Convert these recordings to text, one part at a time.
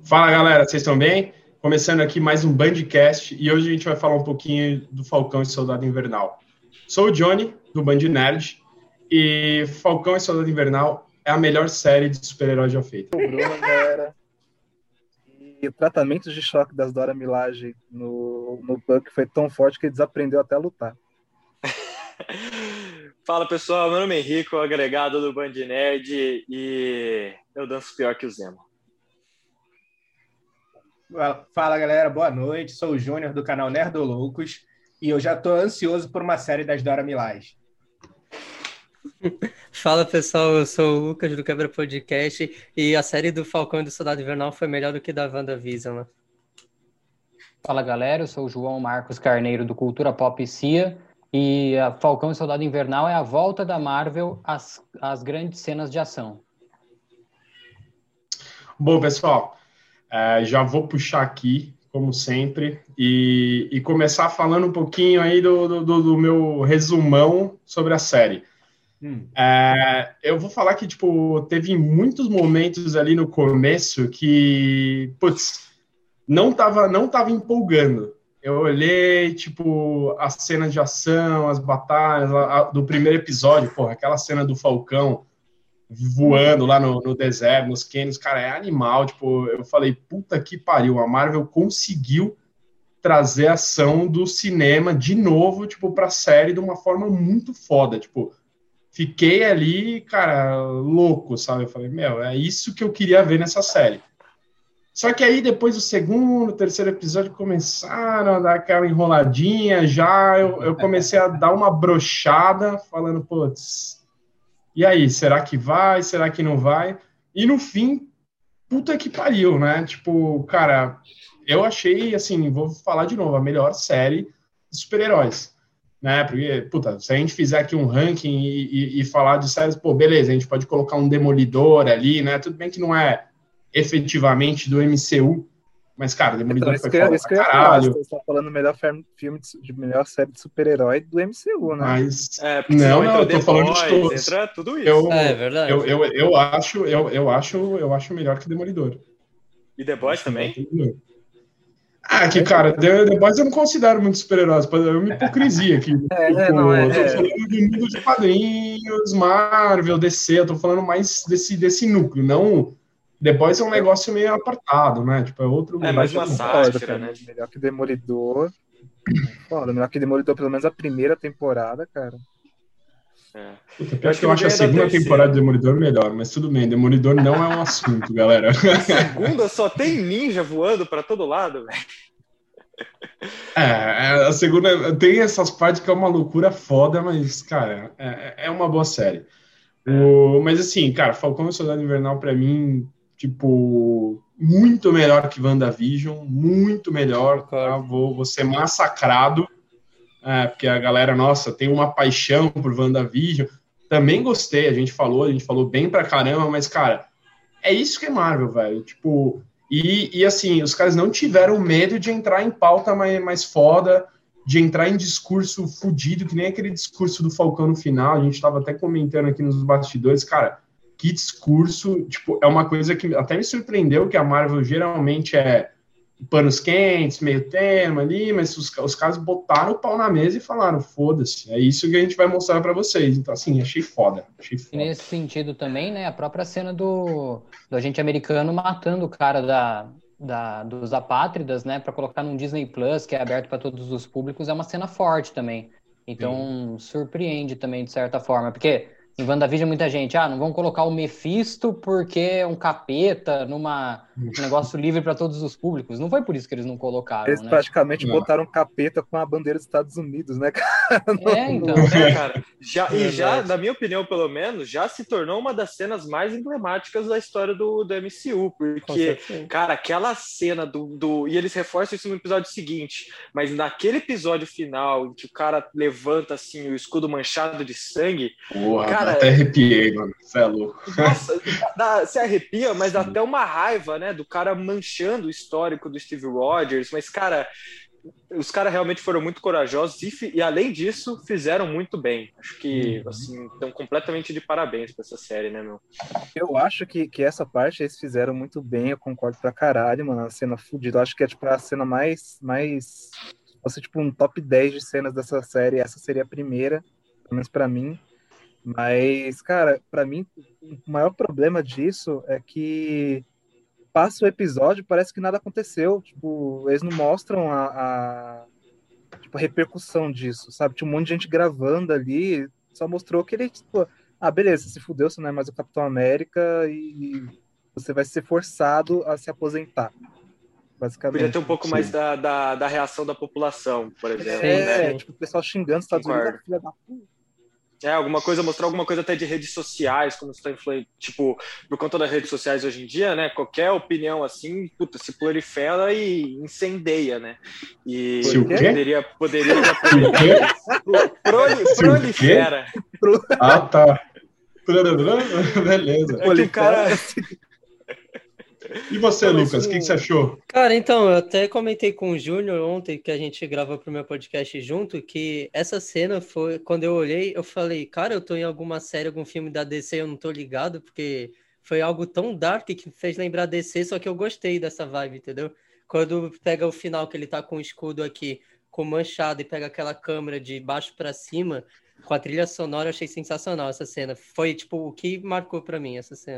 Fala, galera, vocês estão bem? Começando aqui mais um Bandcast e hoje a gente vai falar um pouquinho do Falcão e Soldado Invernal. Sou o Johnny, do Band Nerd, e Falcão e Soldado Invernal é a melhor série de super-heróis já feita. O Bruno, galera. E o tratamento de choque das Dora Milaje no Buck foi tão forte que ele desaprendeu até a lutar. Fala, pessoal, meu nome é Henrique, agregado do Band Nerd, e eu danço pior que o Zemo. Fala, galera, boa noite. Sou o Júnior do canal Nerdoloucos e eu já tô ansioso por uma série das Dora Milaje. Fala, pessoal, eu sou o Lucas do Quebra Podcast e a série do Falcão e do Soldado Invernal foi melhor do que da WandaVision, né? Fala, galera, eu sou o João Marcos Carneiro do Cultura Pop CIA e a Falcão e Soldado Invernal é a volta da Marvel às grandes cenas de ação. Bom, pessoal, já vou puxar aqui, como sempre, e começar falando um pouquinho aí do meu resumão sobre a série. Eu vou falar que, teve muitos momentos ali no começo que, não tava empolgando. Eu olhei, as cenas de ação, as batalhas do primeiro episódio, aquela cena do Falcão voando lá no deserto, nos canyons, cara, é animal, eu falei, puta que pariu, a Marvel conseguiu trazer a ação do cinema de novo, pra série de uma forma muito foda, fiquei ali, cara, louco, sabe? Eu falei, é isso que eu queria ver nessa série. Só que aí, depois do segundo, terceiro episódio, começaram a dar aquela enroladinha, eu comecei a dar uma brochada, falando, e aí, será que vai? Será que não vai? E no fim, puta que pariu, né? Cara, eu achei, vou falar de novo, a melhor série de super-heróis. Né? Porque, se a gente fizer aqui um ranking e falar de séries, beleza, a gente pode colocar um Demolidor ali, né? Tudo bem que não é efetivamente do MCU, mas, cara, Demolidor foi foda pra caralho. Você tá falando melhor filme de melhor série de super-herói do MCU, né? Mas, não, eu tô falando de todos. Entra tudo isso. É verdade. Eu acho melhor que Demolidor. E The Boys também? Cara, The Boys eu não considero muito super-heróis, é uma hipocrisia aqui. Eu tô falando de mundo de quadrinhos, Marvel, DC, eu tô falando mais desse núcleo, não... The Boys é um negócio meio apartado, né? É outro... É mais uma sátira, né? Melhor que Demolidor. Melhor que Demolidor, pelo menos a primeira temporada, cara. Eu acho a segunda temporada de Demolidor melhor, mas tudo bem, Demolidor não é um assunto, galera. A segunda só tem ninja voando pra todo lado, velho. A segunda tem essas partes que é uma loucura foda, mas, cara, é uma boa série. Mas assim, cara, Falcão e Soldado Invernal pra mim, muito melhor que WandaVision, muito melhor, tá? Vou ser massacrado. Porque a galera, nossa, tem uma paixão por WandaVision. Também gostei, a gente falou bem pra caramba, mas, cara, é isso que é Marvel, velho. E assim, os caras não tiveram medo de entrar em pauta mais foda, de entrar em discurso fudido, que nem aquele discurso do Falcão no final. A gente tava até comentando aqui nos bastidores, cara, que discurso, é uma coisa que até me surpreendeu, que a Marvel geralmente é panos quentes, meio termo ali, mas os caras botaram o pau na mesa e falaram, foda-se, é isso que a gente vai mostrar pra vocês. Então, assim, achei foda. E nesse sentido também, né, a própria cena do agente americano matando o cara dos apátridas, né, pra colocar num Disney Plus, que é aberto para todos os públicos, é uma cena forte também. Então, surpreende também, de certa forma, porque em WandaVision muita gente, não vão colocar o Mephisto porque é um capeta num negócio livre para todos os públicos. Não foi por isso que eles não colocaram, eles praticamente botaram um capeta com a bandeira dos Estados Unidos, né, cara? Então. Cara, já, na minha opinião, pelo menos, já se tornou uma das cenas mais emblemáticas da história do MCU, porque, cara, aquela cena e eles reforçam isso no episódio seguinte, mas naquele episódio final, em que o cara levanta, assim, o escudo manchado de sangue, cara, até arrepiei, mano. Você é louco. Nossa, você arrepia, mas dá até uma raiva, né? Do cara manchando o histórico do Steve Rogers. Mas, cara, os caras realmente foram muito corajosos e, além disso, fizeram muito bem. Acho que, assim, estão completamente de parabéns pra essa série, né, meu? Eu acho que essa parte eles fizeram muito bem, eu concordo pra caralho, mano, a cena fodida. Eu acho que é, tipo, a cena mais... Você, tipo, um top 10 de cenas dessa série, essa seria a primeira, pelo menos pra mim. Mas, cara, pra mim, o maior problema disso é que passa o episódio, parece que nada aconteceu. Tipo, eles não mostram tipo, a repercussão disso, sabe? Tinha um monte de gente gravando ali, só mostrou que ele, tipo, beleza, se fudeu, você não é mais o Capitão América e você vai ser forçado a se aposentar, basicamente. Podia ter um pouco mais da reação da população, por exemplo. Né? Tipo, o pessoal xingando os Estados Unidos, filha da puta. Mostrar alguma coisa até de redes sociais, como está influente, tipo, por conta das redes sociais hoje em dia, né? Qualquer opinião assim, puta, se prolifera e incendeia, né? E poderia prolifera. Ah, tá. Beleza. É que o cara... E você, Lucas, o que você achou? Cara, então, eu até comentei com o Júnior ontem, que a gente gravou pro meu podcast junto, que essa cena foi, quando eu olhei, eu falei, cara, eu tô em alguma série, algum filme da DC, eu não tô ligado, porque foi algo tão dark que me fez lembrar DC, só que eu gostei dessa vibe, entendeu? Quando pega o final, que ele tá com o escudo aqui, com manchado, e pega aquela câmera de baixo pra cima, com a trilha sonora, eu achei sensacional essa cena. Foi, tipo, o que marcou pra mim essa cena.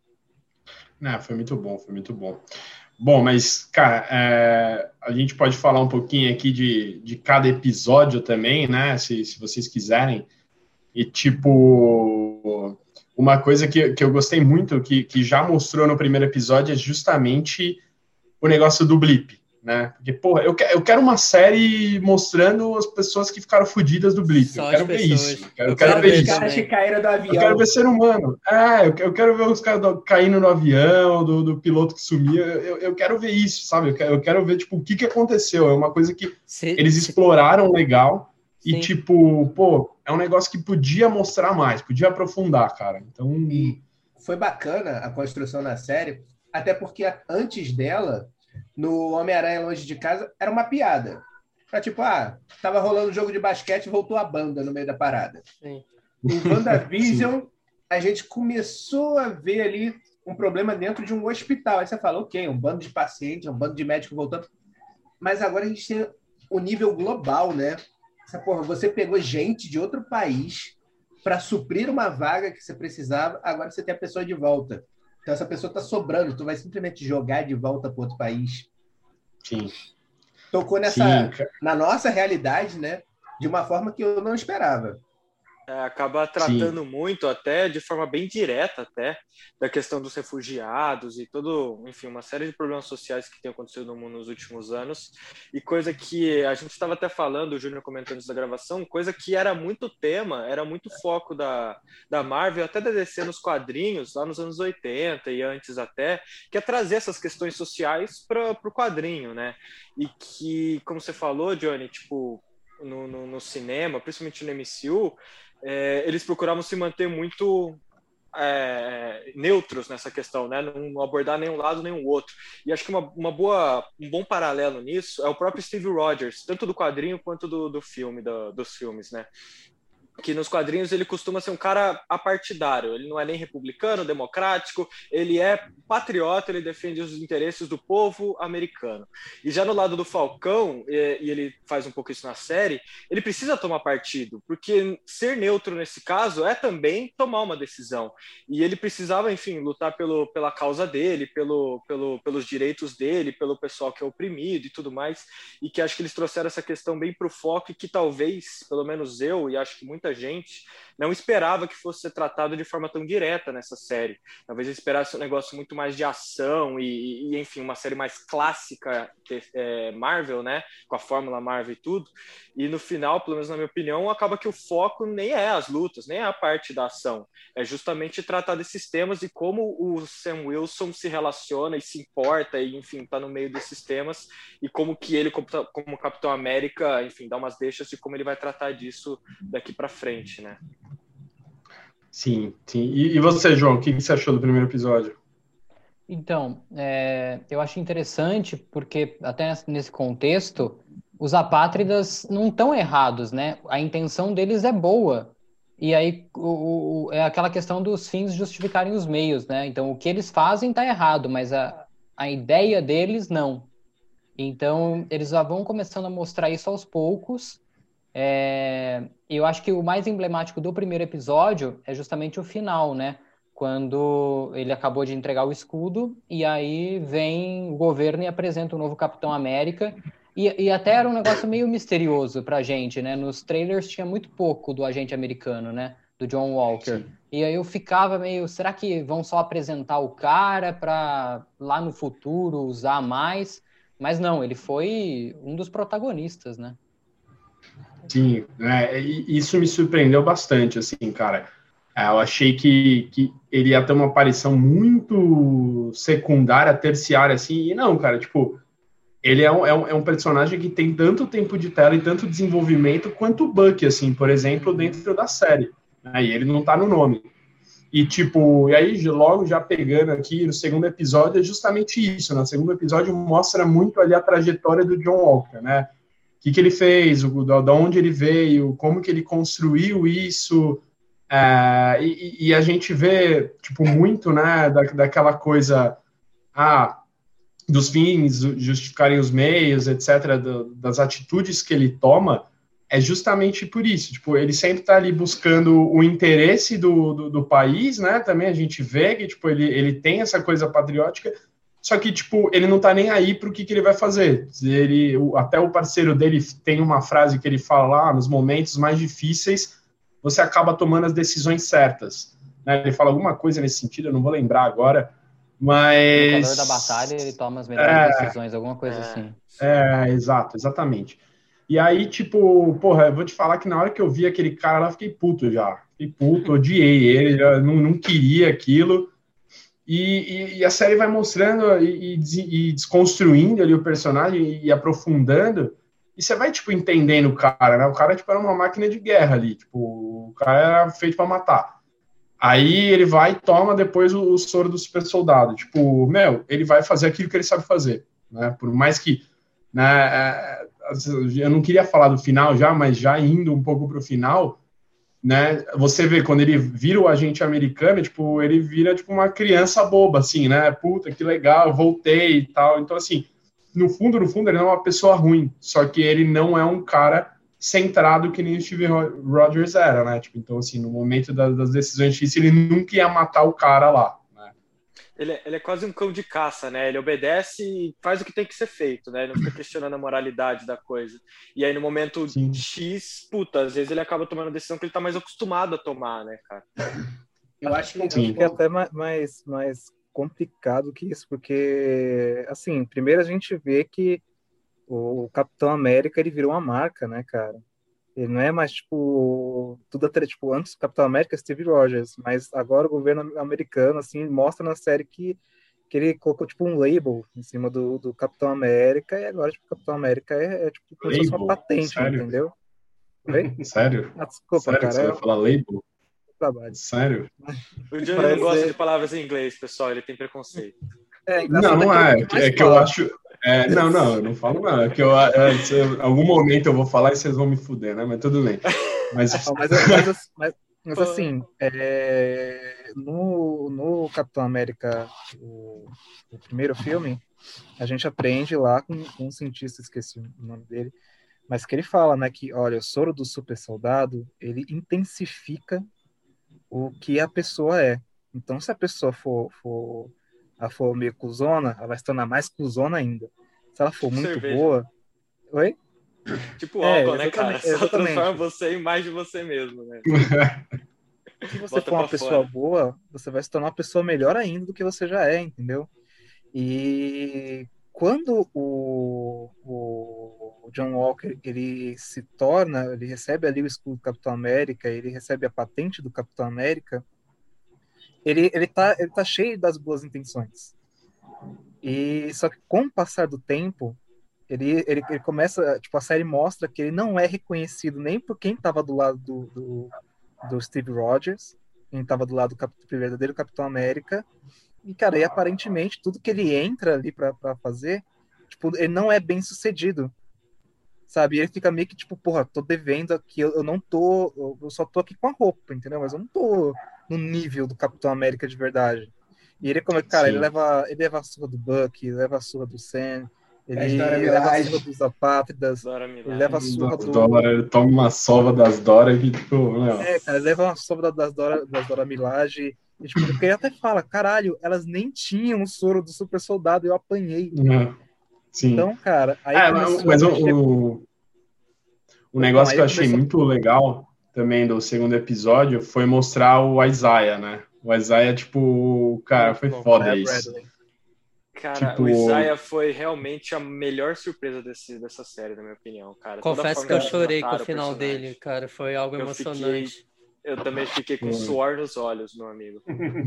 Foi muito bom, foi muito bom. Bom, mas, cara, a gente pode falar um pouquinho aqui de cada episódio também, né? Se vocês quiserem. E, tipo, uma coisa que eu gostei muito, que já mostrou no primeiro episódio, é justamente o negócio do blip, né? Porque, porra, eu quero uma série mostrando as pessoas que ficaram fodidas do blip. Só eu quero ver isso. Eu quero ver os isso. caras que caíram do avião. Eu quero ver ser humano. Eu quero ver os caras caindo no avião, do piloto que sumia. Eu quero ver isso, sabe? Eu quero ver, tipo, o que aconteceu. É uma coisa que eles exploraram legal. Sim. E, tipo, pô, é um negócio que podia mostrar mais, podia aprofundar, cara. Então... E foi bacana a construção da série, até porque antes dela, no Homem-Aranha Longe de Casa, era uma piada. Era tipo, tava rolando um jogo de basquete e voltou a banda no meio da parada. Sim. Em WandaVision, a gente começou a ver ali um problema dentro de um hospital. Aí você fala, ok, um bando de pacientes, um bando de médicos voltando. Mas agora a gente tem o nível global, né? Porra, você pegou gente de outro país para suprir uma vaga que você precisava, agora você tem a pessoa de volta. Então essa pessoa está sobrando, tu vai simplesmente jogar de volta para outro país. Sim. Tocou na nossa realidade, né? De uma forma que eu não esperava. Acaba tratando muito, até de forma bem direta, até da questão dos refugiados e enfim, uma série de problemas sociais que tem acontecido no mundo nos últimos anos, e coisa que a gente estava até falando, o Júnior comentando antes da gravação, coisa que era muito tema, era muito foco da Marvel, até da DC nos quadrinhos, lá nos anos 80 e antes até, que é trazer essas questões sociais para o quadrinho, né? E que, como você falou, Johnny, tipo, no cinema, principalmente no MCU, eles procuravam se manter muito neutros nessa questão, né? Não abordar nenhum lado nem o outro. E acho que um bom paralelo nisso é o próprio Steve Rogers, tanto do quadrinho quanto do filme, dos filmes, né? Que nos quadrinhos ele costuma ser um cara apartidário, ele não é nem republicano, democrático, ele é patriota, ele defende os interesses do povo americano. E já no lado do Falcão, e ele faz um pouco isso na série, ele precisa tomar partido, porque ser neutro nesse caso é também tomar uma decisão. E ele precisava, enfim, lutar pela causa dele, pelos direitos dele, pelo pessoal que é oprimido e tudo mais, e que acho que eles trouxeram essa questão bem para o foco e que talvez, pelo menos eu, e acho que muita gente não esperava que fosse ser tratado de forma tão direta nessa série. Talvez esperasse um negócio muito mais de ação e enfim, uma série mais clássica Marvel, né? Com a fórmula Marvel e tudo. E no final, pelo menos na minha opinião, acaba que o foco nem é as lutas, nem é a parte da ação. É justamente tratar desses temas e como o Sam Wilson se relaciona e se importa e, enfim, tá no meio desses temas e como que ele, como Capitão América, enfim, dá umas deixas de como ele vai tratar disso daqui para frente, né? Sim, sim. E você, João, o que você achou do primeiro episódio? Então, eu acho interessante porque até nesse contexto os apátridas não estão errados, né? A intenção deles é boa. E aí é aquela questão dos fins justificarem os meios, né? Então, o que eles fazem está errado, mas a ideia deles, não. Então, eles já vão começando a mostrar isso aos poucos. Eu acho que o mais emblemático do primeiro episódio é justamente o final, né? Quando ele acabou de entregar o escudo, e aí vem o governo e apresenta o novo Capitão América. E até era um negócio meio misterioso pra gente, né? Nos trailers tinha muito pouco do agente americano, né? Do John Walker. Sim. E aí eu ficava meio, será que vão só apresentar o cara pra lá no futuro usar mais? Mas não, ele foi um dos protagonistas, né? Sim, isso me surpreendeu bastante, assim, cara. Eu achei que ele ia ter uma aparição muito secundária, terciária, assim, e não, cara, tipo... Ele é um personagem que tem tanto tempo de tela e tanto desenvolvimento quanto o Bucky, assim, por exemplo, dentro da série. Né? E ele não tá no nome. E, tipo, e aí, logo já pegando aqui no segundo episódio, é justamente isso. No segundo episódio mostra muito ali a trajetória do John Walker, né? O que ele fez, da onde ele veio, como que ele construiu isso. E a gente vê, tipo, muito, né, daquela coisa... dos fins justificarem os meios, etc., das atitudes que ele toma, é justamente por isso. Tipo, ele sempre está ali buscando o interesse do país, né? Também a gente vê que tipo, ele tem essa coisa patriótica, só que tipo, ele não está nem aí para o que ele vai fazer. Até o parceiro dele tem uma frase que ele fala lá, nos momentos mais difíceis, você acaba tomando as decisões certas. Né? Ele fala alguma coisa nesse sentido, eu não vou lembrar agora, mas... No calor da batalha, ele toma as melhores decisões, alguma coisa assim. Exatamente. E aí, tipo, porra, eu vou te falar que na hora que eu vi aquele cara lá, fiquei puto já. Fiquei puto, odiei ele, já não queria aquilo. E a série vai mostrando e desconstruindo ali o personagem e aprofundando. E você vai, tipo, entendendo o cara, né? O cara, tipo, era uma máquina de guerra ali. Tipo, o cara era feito pra matar. Aí ele vai e toma depois o soro do super soldado. Tipo, ele vai fazer aquilo que ele sabe fazer. Né? Por mais que... Né, eu não queria falar do final já, mas já indo um pouco pro final, né? Você vê, quando ele vira o agente americano, tipo, ele vira tipo uma criança boba, assim, né? Puta, que legal, voltei e tal. Então, assim, no fundo, ele não é uma pessoa ruim. Só que ele não é um cara... centrado que nem o Steve Rogers era, né? Tipo, então, assim, no momento das decisões difíceis, ele nunca ia matar o cara lá, né? Ele é quase um cão de caça, né? Ele obedece e faz o que tem que ser feito, né? Ele não fica questionando a moralidade da coisa. E aí, no momento Sim. X, às vezes ele acaba tomando a decisão que ele tá mais acostumado a tomar, né, cara? Eu acho que é até mais complicado que isso, porque, assim, primeiro a gente vê que o Capitão América, ele virou uma marca, né, cara? Ele não é mais, tipo, tipo, antes do Capitão América, Steve Rogers, mas agora o governo americano, assim, mostra na série que ele colocou, tipo, um label em cima do Capitão América, e agora, tipo, o Capitão América tipo, como se fosse uma patente, sério? Entendeu? Oi? Sério? Desculpa, sério cara. Que você vai falar label? Trabalho. Sério? O Johnny não gosta de palavras em inglês, pessoal, ele tem preconceito. Não é. É que eu acho... Não, eu não falo nada. É que em algum momento eu vou falar e vocês vão me fuder, né? Mas tudo bem. Mas assim, no Capitão América, o primeiro filme, a gente aprende lá com um cientista, esqueci o nome dele, mas que ele fala, né, que, olha, o soro do super soldado, ele intensifica o que a pessoa é. Então, se a pessoa for meio cuzona, ela vai se tornar mais cuzona ainda. Se ela for muito boa... Oi? Tipo álcool, né, cara? Só transforma você em mais de você mesmo, né? Se você for uma pessoa boa, você vai se tornar uma pessoa melhor ainda do que você já é, entendeu? E quando o John Walker, ele recebe ali o escudo do Capitão América, ele recebe a patente do Capitão América, ele tá cheio das boas intenções. E só que com o passar do tempo, ele começa, tipo, a série mostra que ele não é reconhecido nem por quem estava do lado do Steve Rogers, quem estava do lado do verdadeiro Capitão América. E, cara, aparentemente tudo que ele entra ali para fazer, tipo, ele não é bem sucedido. sabe? E ele fica meio que tipo, porra, tô devendo aqui, eu não tô, eu só tô aqui com a roupa, entendeu? Mas eu não tô no nível do Capitão América de verdade. E ele, como, cara, Sim. ele leva a surra do Bucky, ele leva a surra do Sam, Das Dora ele leva a Milaje. surra dos Apátridas, Dora ele Milaje. leva a surra Das do... Dora, ele toma uma sova das Dora que, tipo, não. cara, ele leva uma surra das Dora Milaje, e, tipo, porque ele até fala, caralho, elas nem tinham o soro do super soldado, eu apanhei. Sim. Então, cara, aí começou mas a mexer o negócio aí que eu achei começou- muito legal também do segundo episódio foi mostrar o Isaiah, né? O Isaiah, tipo, cara, foi foda isso. Bradley. Cara, Tipo- o Isaiah foi realmente a melhor surpresa dessa série, na minha opinião, cara. Toda a Confesso forma que eu eles chorei com o trataram final personagem. dele, cara. Foi algo emocionante. Eu também fiquei com suor nos olhos, meu amigo.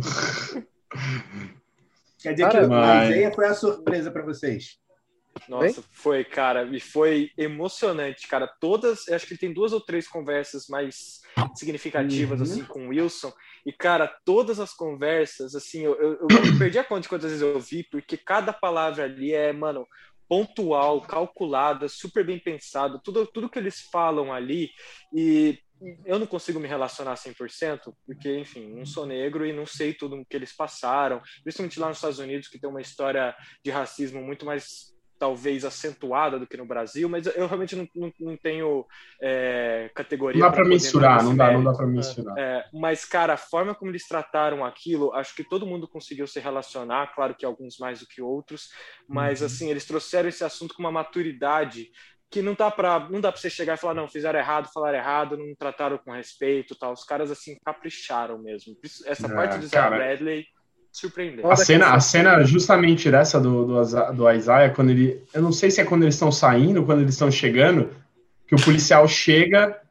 Quer dizer Cara, que mas- o Isaiah foi a surpresa pra vocês. Nossa, foi, cara, e foi emocionante, cara. Eu acho que ele tem 2 ou 3 conversas mais significativas, assim, com o Wilson. E, cara, todas as conversas, assim, eu perdi a conta de quantas vezes eu vi, porque cada palavra ali é, mano, pontual, calculada, super bem pensado. Tudo que eles falam ali, e eu não consigo me relacionar 100%, porque, enfim, não sou negro e não sei tudo o que eles passaram, principalmente lá nos Estados Unidos, que tem uma história de racismo muito mais, talvez, acentuada do que no Brasil, mas eu realmente não tenho categoria. Não dá pra poder mensurar, entrar não nesse dá mérito. pra mensurar. Mas, cara, a forma como eles trataram aquilo, acho que todo mundo conseguiu se relacionar, claro que alguns mais do que outros, mas, assim, eles trouxeram esse assunto com uma maturidade que não dá pra você chegar e falar, não, fizeram errado, falaram errado, não trataram com respeito, tal. Os caras, assim, capricharam mesmo. Essa parte do Isaiah Bradley surpreendeu. A cena justamente dessa do Isaiah, quando ele... Eu não sei se é quando eles estão saindo, quando eles estão chegando, que o policial chega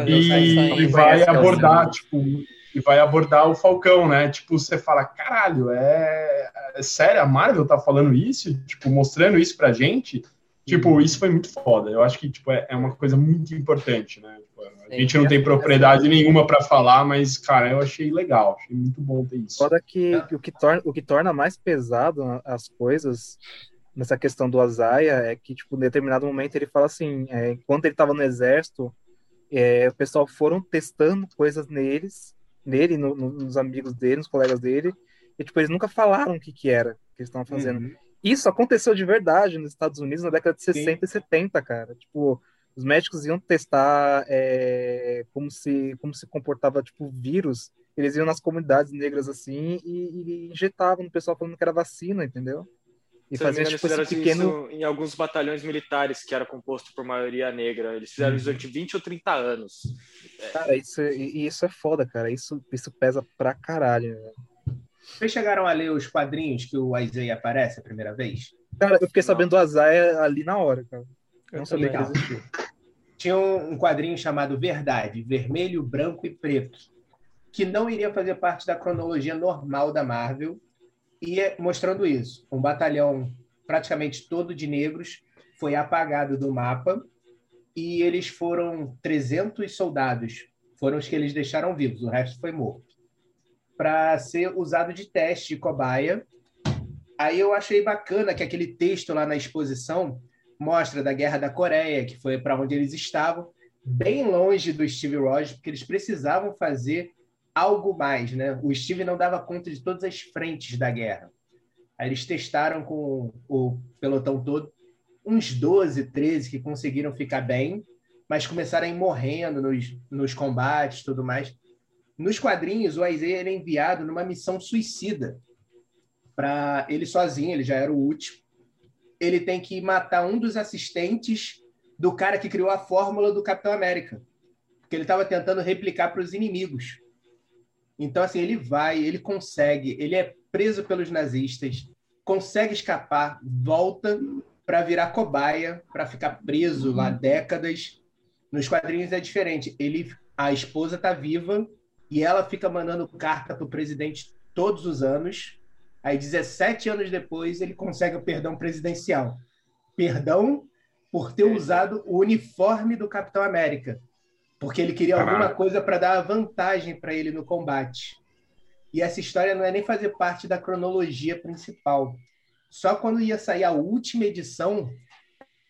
e vai abordar, tipo, e vai abordar o Falcão, né? Tipo, você fala, caralho, é sério? A Marvel tá falando isso? Tipo, mostrando isso pra gente? Tipo, isso foi muito foda. Eu acho que, tipo, é uma coisa muito importante, né? Tipo, a gente não tem propriedade nenhuma pra falar, mas, cara, eu achei legal. Achei muito bom ter isso. Foda que o que torna mais pesado as coisas nessa questão do Isaiah é que, tipo, em determinado momento ele fala assim, enquanto ele tava no exército, o pessoal foram testando coisas nele, nos amigos dele, nos colegas dele, e, tipo, eles nunca falaram o que era que eles estavam fazendo. Isso aconteceu de verdade nos Estados Unidos na década de 60 e 70, cara. Tipo, os médicos iam testar como se comportava, tipo, vírus. Eles iam nas comunidades negras, assim, e injetavam no pessoal falando que era vacina, entendeu? E faziam, tipo, fizeram esse pequeno... isso em alguns batalhões militares, que era composto por maioria negra. Eles fizeram isso durante 20 ou 30 anos. Cara, isso é foda, cara. Isso pesa pra caralho, né? Vocês chegaram a ler os quadrinhos que o Isaiah aparece a primeira vez? Cara, eu fiquei sabendo do Isaiah ali na hora, cara. Eu não sabia que Legal. ele existia. Tinha um quadrinho chamado Verdade, vermelho, branco e preto, que não iria fazer parte da cronologia normal da Marvel, e mostrando isso. Um batalhão praticamente todo de negros foi apagado do mapa, e eles foram 300 soldados, foram os que eles deixaram vivos, o resto foi morto, para ser usado de teste de cobaia. Aí eu achei bacana que aquele texto lá na exposição mostra da Guerra da Coreia, que foi para onde eles estavam, bem longe do Steve Rogers, porque eles precisavam fazer algo mais, né? O Steve não dava conta de todas as frentes da guerra. Aí eles testaram com o pelotão todo, uns 12, 13 que conseguiram ficar bem, mas começaram a ir morrendo nos combates e tudo mais. Nos quadrinhos, o Isaiah é enviado numa missão suicida. Para ele sozinho, ele já era o último. Ele tem que matar um dos assistentes do cara que criou a fórmula do Capitão América, porque ele estava tentando replicar para os inimigos. Então, assim, ele consegue, ele é preso pelos nazistas, consegue escapar, volta para virar cobaia, para ficar preso lá décadas. Nos quadrinhos é diferente. A esposa está viva e ela fica mandando carta para o presidente todos os anos. Aí, 17 anos depois, ele consegue o perdão presidencial. Perdão por ter usado o uniforme do Capitão América, porque ele queria alguma coisa para dar vantagem para ele no combate. E essa história não é nem fazer parte da cronologia principal. Só quando ia sair a última edição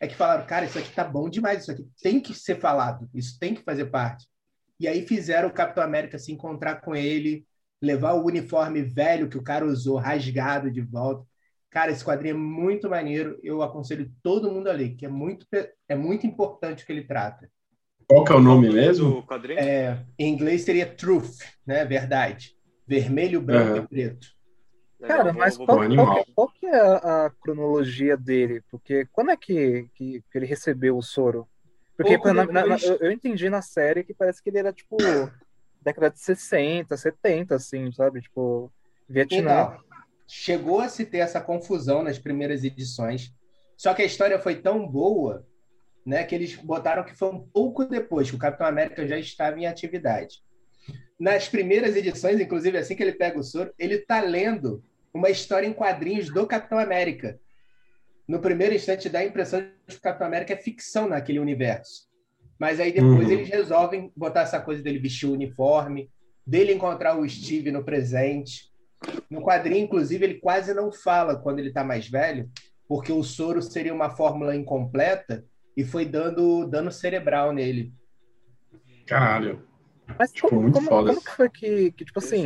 é que falaram, cara, isso aqui tá bom demais, isso aqui tem que ser falado, isso tem que fazer parte. E aí fizeram o Capitão América se encontrar com ele, levar o uniforme velho que o cara usou, rasgado de volta. Cara, esse quadrinho é muito maneiro, eu aconselho todo mundo a ler, que é muito importante o que ele trata. Qual que é o nome mesmo? Do quadrinho? Em inglês seria Truth, né? Verdade. Vermelho, branco e preto. Cara, mas qual que é a cronologia dele? Porque quando é que ele recebeu o soro? Porque eu entendi na série que parece que ele era, tipo, década de 60, 70, assim, sabe? Tipo, Vietnã. Então, chegou a se ter essa confusão nas primeiras edições, só que a história foi tão boa, né, que eles botaram que foi um pouco depois, que o Capitão América já estava em atividade. Nas primeiras edições, inclusive assim que ele pega o soro, ele está lendo uma história em quadrinhos do Capitão América. No primeiro instante dá a impressão de que o Capitão América é ficção naquele universo. Mas aí depois eles resolvem botar essa coisa dele vestir o uniforme, dele encontrar o Steve no presente. No quadrinho, inclusive, ele quase não fala quando ele está mais velho, porque o soro seria uma fórmula incompleta e foi dando dano cerebral nele. Caralho. Mas como que foi que tipo assim,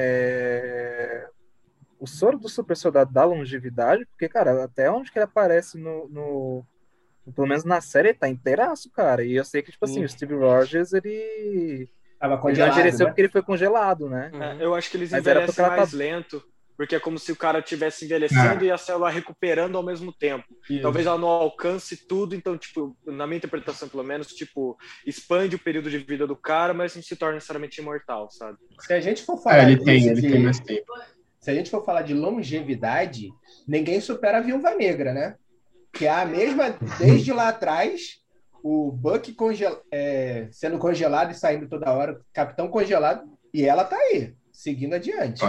o soro do super soldado dá longevidade? Porque, cara, até onde que ele aparece pelo menos na série, ele tá inteiraço, cara. E eu sei que, tipo assim, o Steve Rogers, ele tava congelado, já envelheceu, né? Porque ele foi congelado, né? Eu acho que eles envelhecem mais lento, porque é como se o cara estivesse envelhecendo e a célula recuperando ao mesmo tempo. Isso. Talvez ela não alcance tudo, então, tipo, na minha interpretação, pelo menos, tipo, expande o período de vida do cara, mas não se torna necessariamente imortal, sabe? Se a gente for falar ele tem mais tempo. Se a gente for falar de longevidade, ninguém supera a Viúva Negra, né? Que é a mesma, desde lá atrás, o Buck sendo congelado e saindo toda hora, Capitão congelado, e ela tá aí, seguindo adiante.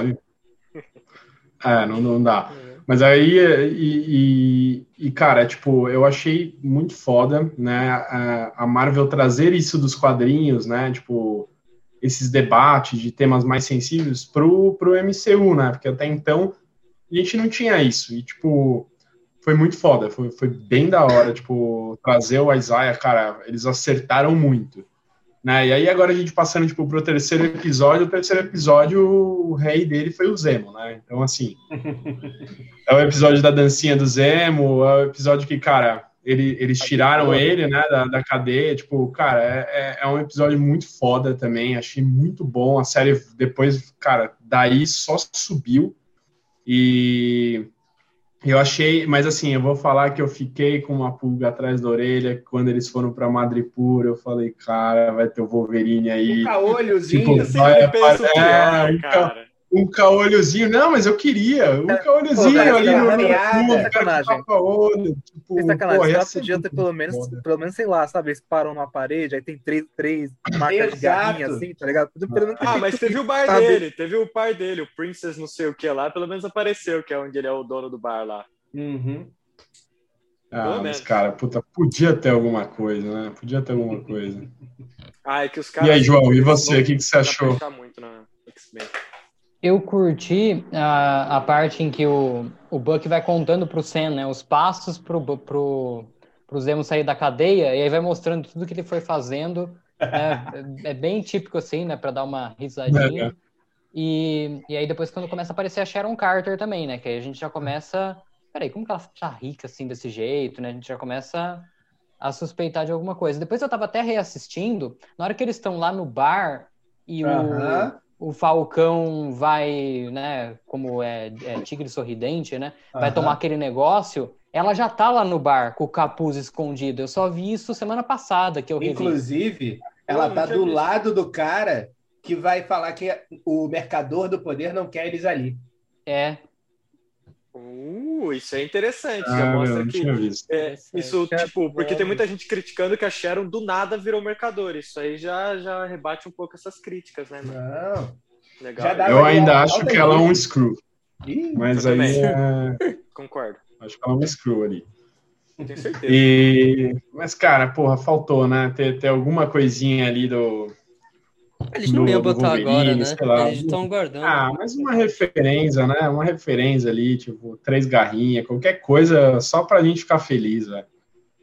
Não dá. Mas aí, cara, tipo, eu achei muito foda, né, a Marvel trazer isso dos quadrinhos, né, tipo, esses debates de temas mais sensíveis pro MCU, né, porque até então a gente não tinha isso, e, tipo, foi muito foda, foi bem da hora, tipo, trazer o Isaiah, cara, eles acertaram muito, né, e aí agora a gente passando, tipo, pro terceiro episódio, o rei dele foi o Zemo, né, então, assim, é o episódio da dancinha do Zemo, é o episódio que, cara, eles tiraram ele, né, da cadeia, tipo, cara, é um episódio muito foda também, achei muito bom, a série depois, cara, daí só subiu, e eu achei, mas assim, eu vou falar que eu fiquei com uma pulga atrás da orelha quando eles foram pra Madripoor, eu falei, cara, vai ter o Wolverine aí. Um caolhozinho, tipo, eu sempre penso pior, cara. Um caolhozinho, não, mas eu queria um caolhozinho ali no tapa-olho. Tipo, ela podia ter pelo menos, sei lá, sabe, eles param numa parede, aí tem três marcas de garrinha assim, tá ligado? Mas teve o bar dele, o Princess não sei o que lá, pelo menos apareceu, que é onde ele é o dono do bar lá. Mas, cara, puta, podia ter alguma coisa, né? Podia ter alguma coisa. É que os caras... E aí, João, e você, o que você achou? Muito na X-Men. Eu curti a parte em que o Buck vai contando pro Sam, né, os passos pro Zemo sair da cadeia, e aí vai mostrando tudo que ele foi fazendo. É bem típico assim, né, pra dar uma risadinha. E aí depois quando começa a aparecer a Sharon Carter também, né, que aí a gente já começa... Peraí, como que ela tá rica assim desse jeito, né? A gente já começa a suspeitar de alguma coisa. Depois eu tava até reassistindo, na hora que eles estão lá no bar e o Falcão vai, né, como é tigre sorridente, né, vai tomar aquele negócio, ela já tá lá no bar com o capuz escondido. Eu só vi isso semana passada que eu revi. Inclusive, ela tá do lado do cara que vai falar que o mercador do poder não quer eles ali. Isso é interessante. Já mostra que isso, tipo, porque tem muita gente criticando que a Sharon do nada virou mercador. Isso aí já rebate um pouco essas críticas, né? Não. Legal. Eu ainda acho que ela é um screw. Mas aí concordo. Acho que ela é um screw ali. Tenho certeza. Mas, cara, porra, faltou, né? Ter alguma coisinha ali do... Eles não iam botar agora, né? Lá. Eles estão guardando. Mas uma referência, né? Uma referência ali, tipo, 3 garrinhas, qualquer coisa, só pra gente ficar feliz, velho.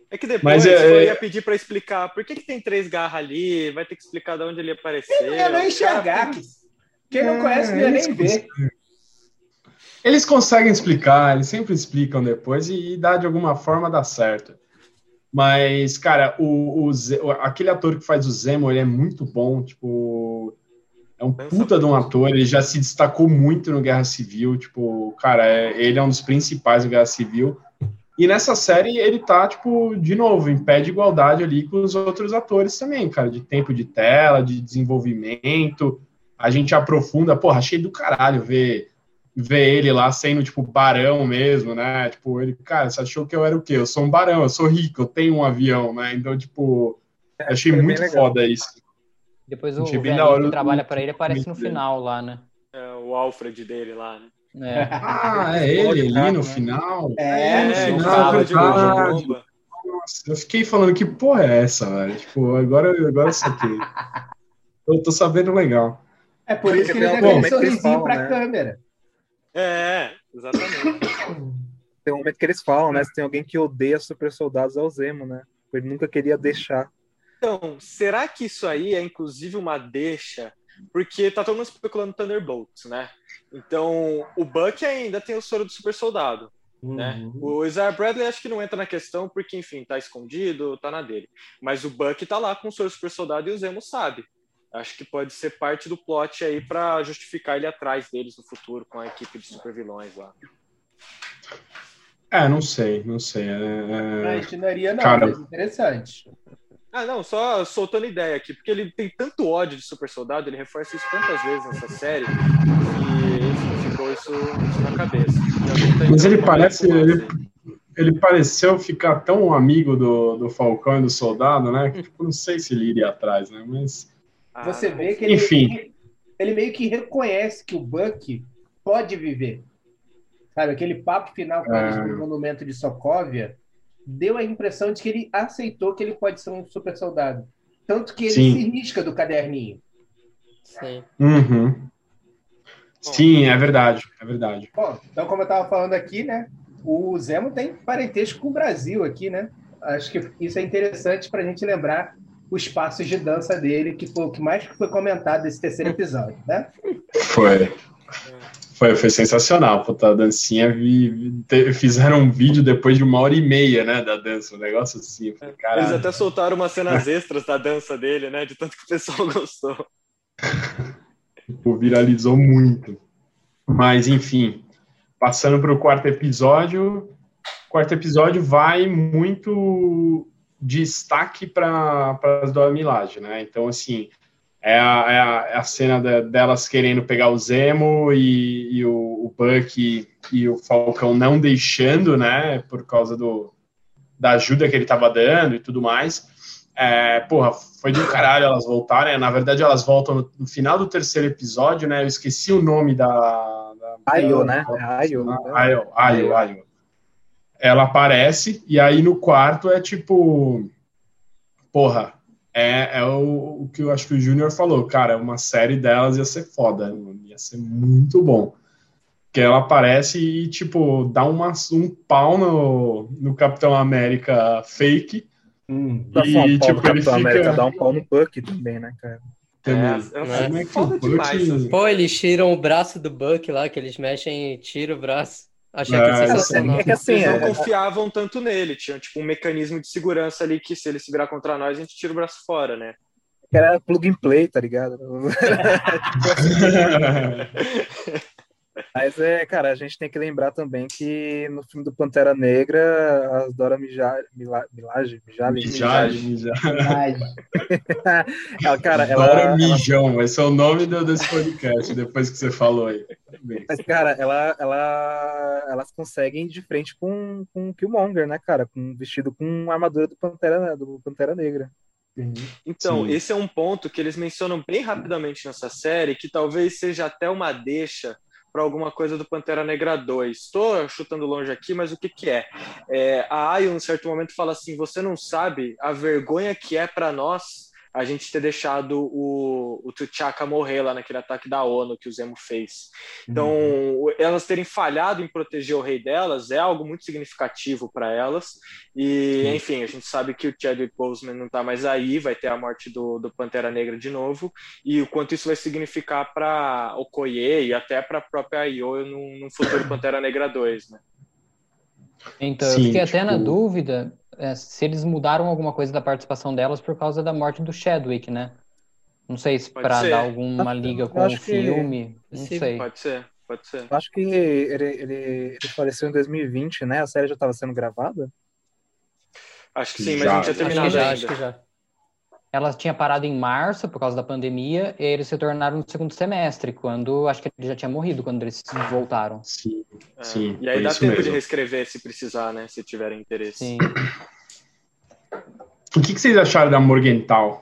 É que depois eu ia pedir para explicar por que tem 3 garras ali, vai ter que explicar de onde ele apareceu. Eu não ia não enxergar. Quem não conhece não ia nem ver. Eles conseguem explicar, eles sempre explicam depois e dá de alguma forma dá certo. Mas, cara, aquele ator que faz o Zemo, ele é muito bom, tipo, é um puta de um ator, ele já se destacou muito no Guerra Civil, tipo, cara, ele é um dos principais do Guerra Civil. E nessa série ele tá, tipo, de novo, em pé de igualdade ali com os outros atores também, cara, de tempo de tela, de desenvolvimento. A gente aprofunda, porra, achei do caralho ver ele lá sendo, tipo, barão mesmo, né? Tipo, ele, cara, você achou que eu era o quê? Eu sou um barão, eu sou rico, eu tenho um avião, né? Então, tipo, achei muito foda isso. Depois o velhinho que trabalha pra ele aparece no final lá, né? É, o Alfred dele lá, né? É ele ali no final? No final, de bomba. Nossa, eu fiquei falando, que porra é essa, velho? Tipo, agora eu saquei. Eu tô sabendo legal. É por isso que ele deu um sorrisinho pra câmera. Exatamente. Tem um momento que eles falam, né? Se tem alguém que odeia super soldados, é o Zemo, né? Ele nunca queria deixar. Então, será que isso aí é inclusive uma deixa? Porque tá todo mundo especulando Thunderbolts, né? Então, o Bucky ainda tem o soro do super soldado, né? O Isaiah Bradley acho que não entra na questão porque, enfim, tá escondido, tá na dele. Mas o Bucky tá lá com o soro do super soldado e o Zemo sabe. Acho que pode ser parte do plot aí pra justificar ele atrás deles no futuro com a equipe de super vilões lá. Não sei. Imaginaria não, cara, mas interessante. Não, só soltando ideia aqui, porque ele tem tanto ódio de super soldado, ele reforça isso tantas vezes nessa série, que ficou isso na cabeça. Mas ele pareceu ficar tão amigo do Falcão e do Soldado, né? Que tipo, não sei se ele iria atrás, né? Mas você vê que ele meio que reconhece que o Bucky pode viver. Sabe, aquele papo final com eles no monumento de Sokovia deu a impressão de que ele aceitou que ele pode ser um super soldado. Tanto que ele se risca do caderninho. Sim. Sim, é verdade. Bom, então como eu estava falando aqui, né? O Zemo tem parentesco com o Brasil aqui, né? Acho que isso é interessante para a gente lembrar os passos de dança dele, que foi o que mais foi comentado nesse terceiro episódio, né? Foi sensacional, puta, a dancinha, fizeram um vídeo depois de 1h30, né, da dança, um negócio assim. Eles até soltaram umas cenas extras da dança dele, né, de tanto que o pessoal gostou. Viralizou muito. Mas, enfim, passando para o quarto episódio vai muito destaque para as Dora Milaje, né, então, assim, é a cena delas querendo pegar o Zemo e o Bucky e o Falcão não deixando, né, por causa da ajuda que ele estava dando e tudo mais. Foi do caralho elas voltarem. Na verdade, elas voltam no final do terceiro episódio, né? Eu esqueci o nome da Ayo, né? Ayo. Ela aparece, e aí no quarto é tipo... Porra, é o que eu acho que o Júnior falou, cara, uma série delas ia ser foda, ia ser muito bom. Que ela aparece e, tipo, dá um pau no Capitão América fake. E, tipo, ele fica... América dá um pau no Bucky também, né, cara? É foda demais. Assim. Pô, eles tiram o braço do Bucky lá, que eles mexem e tiram o braço. Achei que sensacional. Eles não confiavam tanto nele. Tinha, tipo, um mecanismo de segurança ali que se ele se virar contra nós, a gente tira o braço fora, né? Era plug and play, tá ligado? Mas cara, a gente tem que lembrar também que no filme do Pantera Negra, as Dora Milaje. Cara, Dora Mijão, vai ser o nome desse podcast, depois que você falou aí. Mas, cara, elas conseguem ir de frente com o Killmonger, né, cara? Vestido com a armadura do Pantera Negra. Então, esse é um ponto que eles mencionam bem rapidamente nessa série, que talvez seja até uma deixa para alguma coisa do Pantera Negra 2. Estou chutando longe aqui, mas o que é? A Ayo, em certo momento, fala assim, você não sabe a vergonha que é para nós a gente ter deixado o T'Chaka morrer lá naquele ataque da ONU que o Zemo fez. Então, elas terem falhado em proteger o rei delas é algo muito significativo para elas. E, enfim, a gente sabe que o Chadwick Boseman não está mais aí, vai ter a morte do Pantera Negra de novo, e o quanto isso vai significar para Okoye e até para a própria Ayo no futuro Pantera Negra 2, né? Então, eu fiquei até na dúvida se eles mudaram alguma coisa da participação delas por causa da morte do Chadwick, né? Não sei se para dar alguma liga com o filme. Não sei. Pode ser. Acho que ele faleceu em 2020, né? A série já estava sendo gravada? Acho que sim, mas não tinha terminado ainda. Acho que já. Ela tinha parado em março por causa da pandemia e eles se tornaram no segundo semestre, quando acho que ele já tinha morrido quando eles voltaram. Sim. E aí dá tempo de reescrever se precisar, né? Se tiverem interesse. Sim. O que vocês acharam da Morgenthau?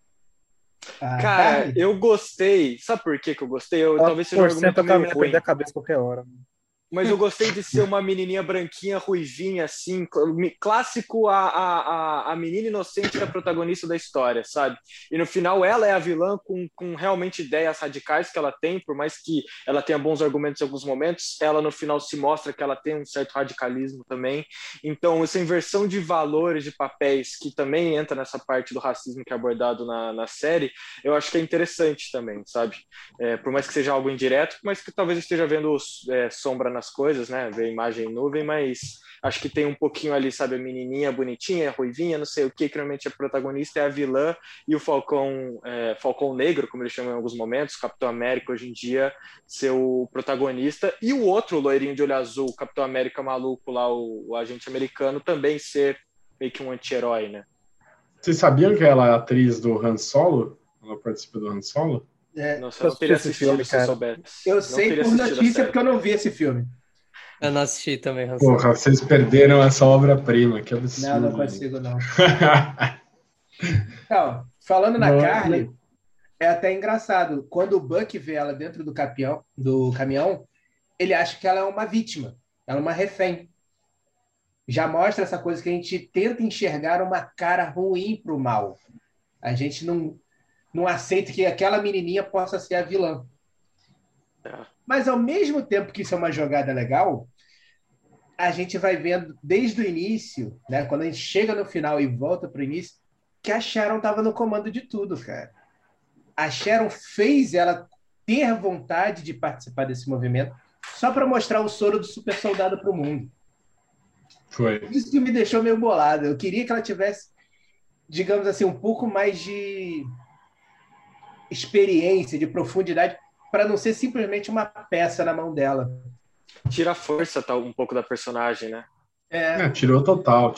Cara, eu gostei. Sabe por que eu gostei? Talvez seja um argumento meio ruim. Perder a cabeça qualquer hora. Mas eu gostei de ser uma menininha branquinha, ruivinha, assim, clássico a menina inocente da protagonista da história, sabe? E no final ela é a vilã com realmente ideias radicais que ela tem, por mais que ela tenha bons argumentos em alguns momentos, ela no final se mostra que ela tem um certo radicalismo também. Então, essa inversão de valores, de papéis, que também entra nessa parte do racismo que é abordado na série, eu acho que é interessante também, sabe? Por mais que seja algo indireto, mas que talvez esteja vendo sombra nas coisas, né? Ver imagem em nuvem, mas acho que tem um pouquinho ali, sabe? A menininha bonitinha, ruivinha, não sei o que normalmente a protagonista é a vilã e o Falcão Negro, como eles chamam em alguns momentos, Capitão América hoje em dia, ser o protagonista, e o outro loirinho de olho azul, o Capitão América maluco lá, o agente americano, também ser meio que um anti-herói, né? Vocês sabiam que ela é atriz do Han Solo? Ela participa do Han Solo? Nossa, eu não teria assistido se eu soubesse. Eu sei por notícia porque eu não vi esse filme. Eu não assisti também, Han Solo. Porra, vocês perderam essa obra-prima, que absurdo. Não consigo, não. Então, falando na Carly, é até engraçado. Quando o Buck vê ela dentro do caminhão, ele acha que ela é uma vítima, ela é uma refém. Já mostra essa coisa que a gente tenta enxergar uma cara ruim pro mal. A gente não aceita que aquela menininha possa ser a vilã. Mas, ao mesmo tempo que isso é uma jogada legal, a gente vai vendo desde o início, né, quando a gente chega no final e volta para o início, que a Sharon estava no comando de tudo, cara. A Sharon fez ela ter vontade de participar desse movimento só para mostrar o soro do super soldado para o mundo. Foi. Isso que me deixou meio bolado. Eu queria que ela tivesse, digamos assim, um pouco mais de experiência, de profundidade, para não ser simplesmente uma peça na mão dela. Tira a força um pouco da personagem, né? Tirou total.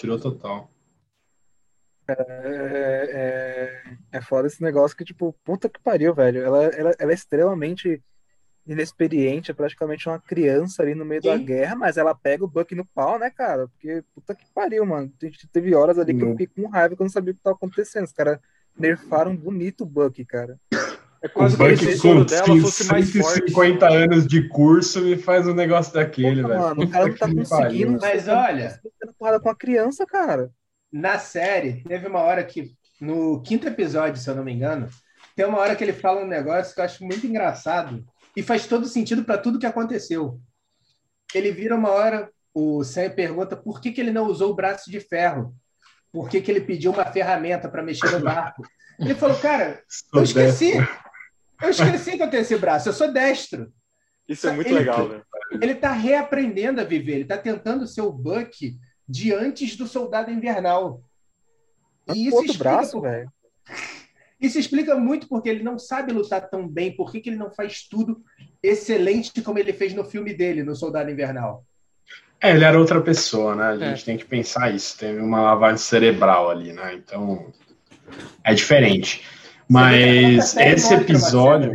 É foda esse negócio que, tipo, puta que pariu, velho. Ela é extremamente inexperiente, é praticamente uma criança ali no meio da guerra, mas ela pega o Buck no pau, né, cara? Porque puta que pariu, mano. A gente teve horas ali que eu fiquei com raiva quando não sabia o que tava acontecendo. Os caras nerfaram bonito o Buck, cara. É quase como se o soro dela fosse mais forte. 150 anos de curso e faz um negócio daquele, velho. Mano, o cara não tá conseguindo. Mas olha, com a criança, cara. Na série, teve uma hora que, no 5º episódio, se eu não me engano, tem uma hora que ele fala um negócio que eu acho muito engraçado e faz todo sentido para tudo que aconteceu. Ele vira uma hora, o Sam pergunta por que ele não usou o braço de ferro, por que ele pediu uma ferramenta para mexer no barco. Ele falou, cara, eu esqueci que eu tenho esse braço, eu sou destro. Isso é muito legal, né? Ele está reaprendendo a viver, ele está tentando ser o Buck de antes do Soldado Invernal. E isso explica, isso explica muito porque ele não sabe lutar tão bem, por que ele não faz tudo excelente como ele fez no filme dele, no Soldado Invernal. Ele era outra pessoa, né? A gente tem que pensar isso. Teve uma lavagem cerebral ali, né? Então, é diferente. Mas esse episódio...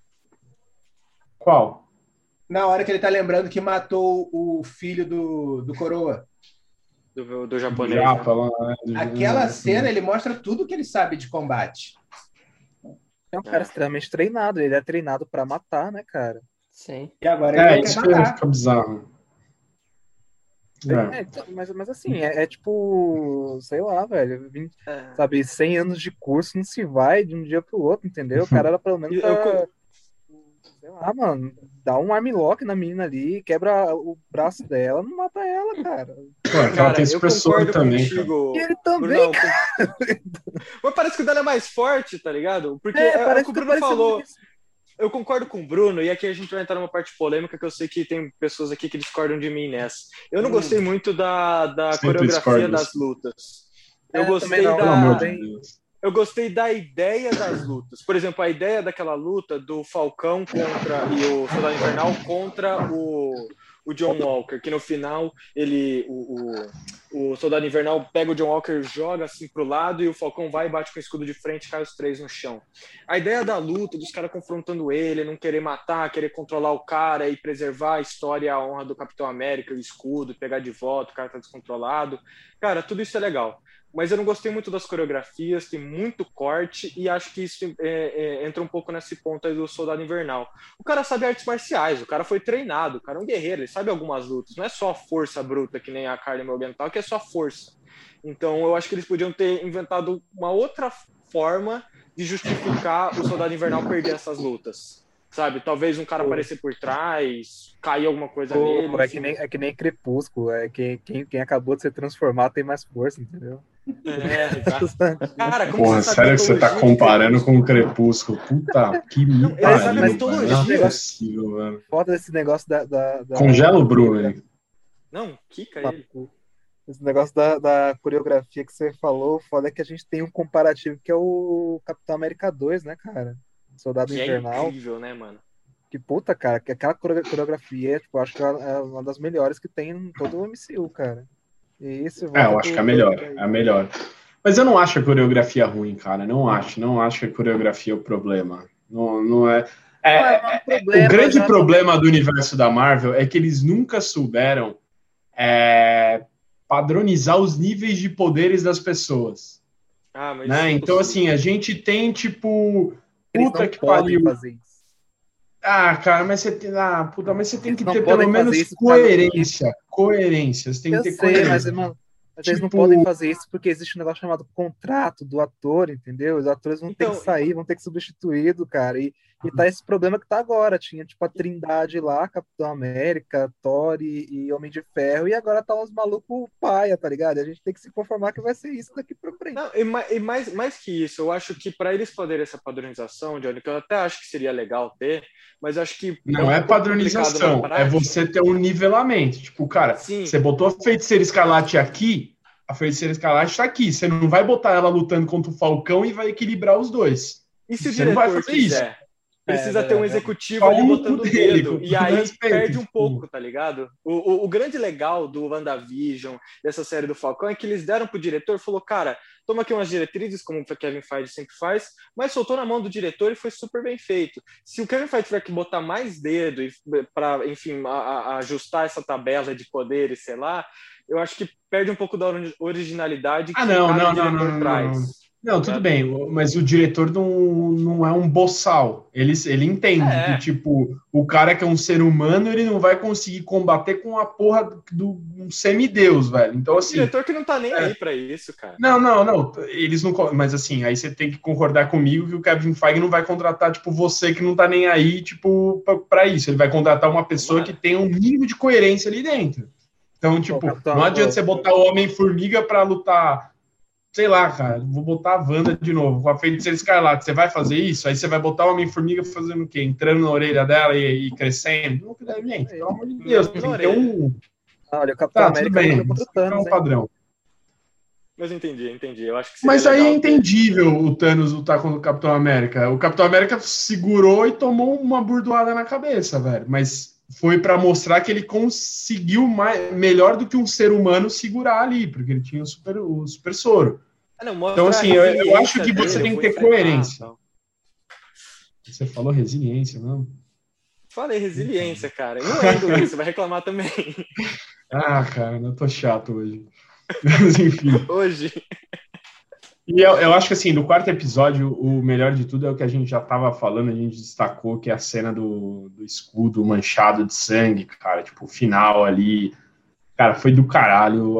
Qual? Na hora que ele tá lembrando que matou o filho do Coroa. Do japonês. Aquela cena, ele mostra tudo que ele sabe de combate. É um cara extremamente treinado. Ele é treinado pra matar, né, cara? Sim. E agora ele isso fica bizarro. Mas assim, é tipo, sei lá, velho, sabe, 100 anos de curso não se vai de um dia pro outro, entendeu? O cara era pelo menos sei lá, mano, dá um armlock na menina ali, quebra o braço dela, não mata ela, cara. Pô, ela tem expressor também, contigo, e ele também, cara. Mas parece que o dela é mais forte, tá ligado? Porque é o que o Bruno falou. Eu concordo com o Bruno, e aqui a gente vai entrar numa parte polêmica que eu sei que tem pessoas aqui que discordam de mim nessa. Eu não gostei muito da coreografia das lutas. Eu gostei da ideia das lutas. Por exemplo, a ideia daquela luta do Falcão e o Soldado Invernal contra o John Walker, que no final o Soldado Invernal pega o John Walker, joga assim pro lado e o Falcão vai e bate com o escudo de frente e cai os três no chão. A ideia da luta, dos caras confrontando ele, não querer matar, querer controlar o cara e preservar a história e a honra do Capitão América, o escudo, pegar de volta, o cara tá descontrolado. Cara, tudo isso é legal. Mas eu não gostei muito das coreografias, tem muito corte, e acho que isso entra um pouco nesse ponto aí do Soldado Invernal. O cara sabe artes marciais, o cara foi treinado, o cara é um guerreiro, ele sabe algumas lutas, não é só força bruta, que nem a Carly Morgenthau, que é só força. Então eu acho que eles podiam ter inventado uma outra forma de justificar o Soldado Invernal perder essas lutas. Sabe, talvez um cara aparecer por trás, cair alguma coisa nele. É que nem Crepúsculo, quem acabou de se transformar tem mais força, entendeu? Cara, como porra, sério que você tá comparando com o Crepúsculo? Puta, que possível, foda esse negócio da Congela o Bruno aí. Não, quica ele. Esse negócio da coreografia que você falou, foda é que a gente tem um comparativo que é o Capitão América 2, né, cara? Soldado Invernal. É incrível, né, mano? Que puta, cara, que aquela coreografia, tipo, acho que é uma das melhores que tem em todo o MCU, cara. E isso eu acho que é a melhor. Mas eu não acho a coreografia ruim, cara. Não acho que a coreografia é o problema. Não é. O grande problema do universo da Marvel é que eles nunca souberam padronizar os níveis de poderes das pessoas. Mas né? Então, assim, a gente tem, tipo... Puta que pariu. Cara, mas você tem, mas você tem que ter pelo menos coerência. Coerência. Você tem que ter coerência. Mas eles não podem fazer isso porque existe um negócio chamado contrato do ator, entendeu? Os atores vão ter que sair, vão ter que ser substituídos, cara. E tá esse problema que tá agora. Tinha, tipo, a Trindade lá, Capitão América, Thor e Homem de Ferro, e agora tá uns malucos paia, tá ligado? A gente tem que se conformar que vai ser isso daqui pra frente. Não, e mais que isso, eu acho que para eles poderem essa padronização, Johnny, que eu até acho que seria legal ter, mas eu acho que... Não é padronização, é você ter um nivelamento. Tipo, cara, você botou a Feiticeira Escarlate aqui, a Feiticeira Escarlate tá aqui. Você não vai botar ela lutando contra o Falcão e vai equilibrar os dois. E se o diretor quiser? Precisa ter um executivo ali botando o dedo. E aí perde um pouco, tá ligado? O grande legal do WandaVision, dessa série do Falcão, é que eles deram pro diretor, falou, cara, toma aqui umas diretrizes, como o Kevin Feige sempre faz, mas soltou na mão do diretor e foi super bem feito. Se o Kevin Feige tiver que botar mais dedo para, enfim, ajustar essa tabela de poderes, sei lá, eu acho que perde um pouco da originalidade que o diretor traz. Não, tudo bem, mas o diretor não é um boçal. Ele entende que, tipo, o cara que é um ser humano, ele não vai conseguir combater com a porra um semideus, velho. Então, assim... O diretor que não tá nem aí pra isso, cara. Não. Eles não... Mas, assim, aí você tem que concordar comigo que o Kevin Feige não vai contratar, tipo, você que não tá nem aí, tipo, pra isso. Ele vai contratar uma pessoa que tem um mínimo de coerência ali dentro. Então, tipo, não adianta você botar o Homem-Formiga pra lutar... Sei lá, cara, vou botar a Wanda de novo, com a Feiticeira Escarlate. Você vai fazer isso? Aí você vai botar o Homem-Formiga fazendo o quê? Entrando na orelha dela e crescendo? Não, gente, pelo amor de Deus, tem que ter um... Olha, o Capitão América tudo bem, é um padrão. Mas eu entendi. Eu acho que mas aí é entendível o Thanos lutar contra o Capitão América. O Capitão América segurou e tomou uma burdoada na cabeça, velho. Mas foi para mostrar que ele conseguiu melhor do que um ser humano segurar ali, porque ele tinha o super soro. Então, assim, eu acho que você tem que ter coerência. Você falou resiliência, não? Falei resiliência, cara. Eu não lembro isso, você vai reclamar também. Cara, eu tô chato hoje. Mas, enfim. Hoje... E eu acho que, assim, do quarto episódio, o melhor de tudo é o que a gente já tava falando, a gente destacou, que é a cena do escudo manchado de sangue, cara, tipo, o final ali. cara, foi do caralho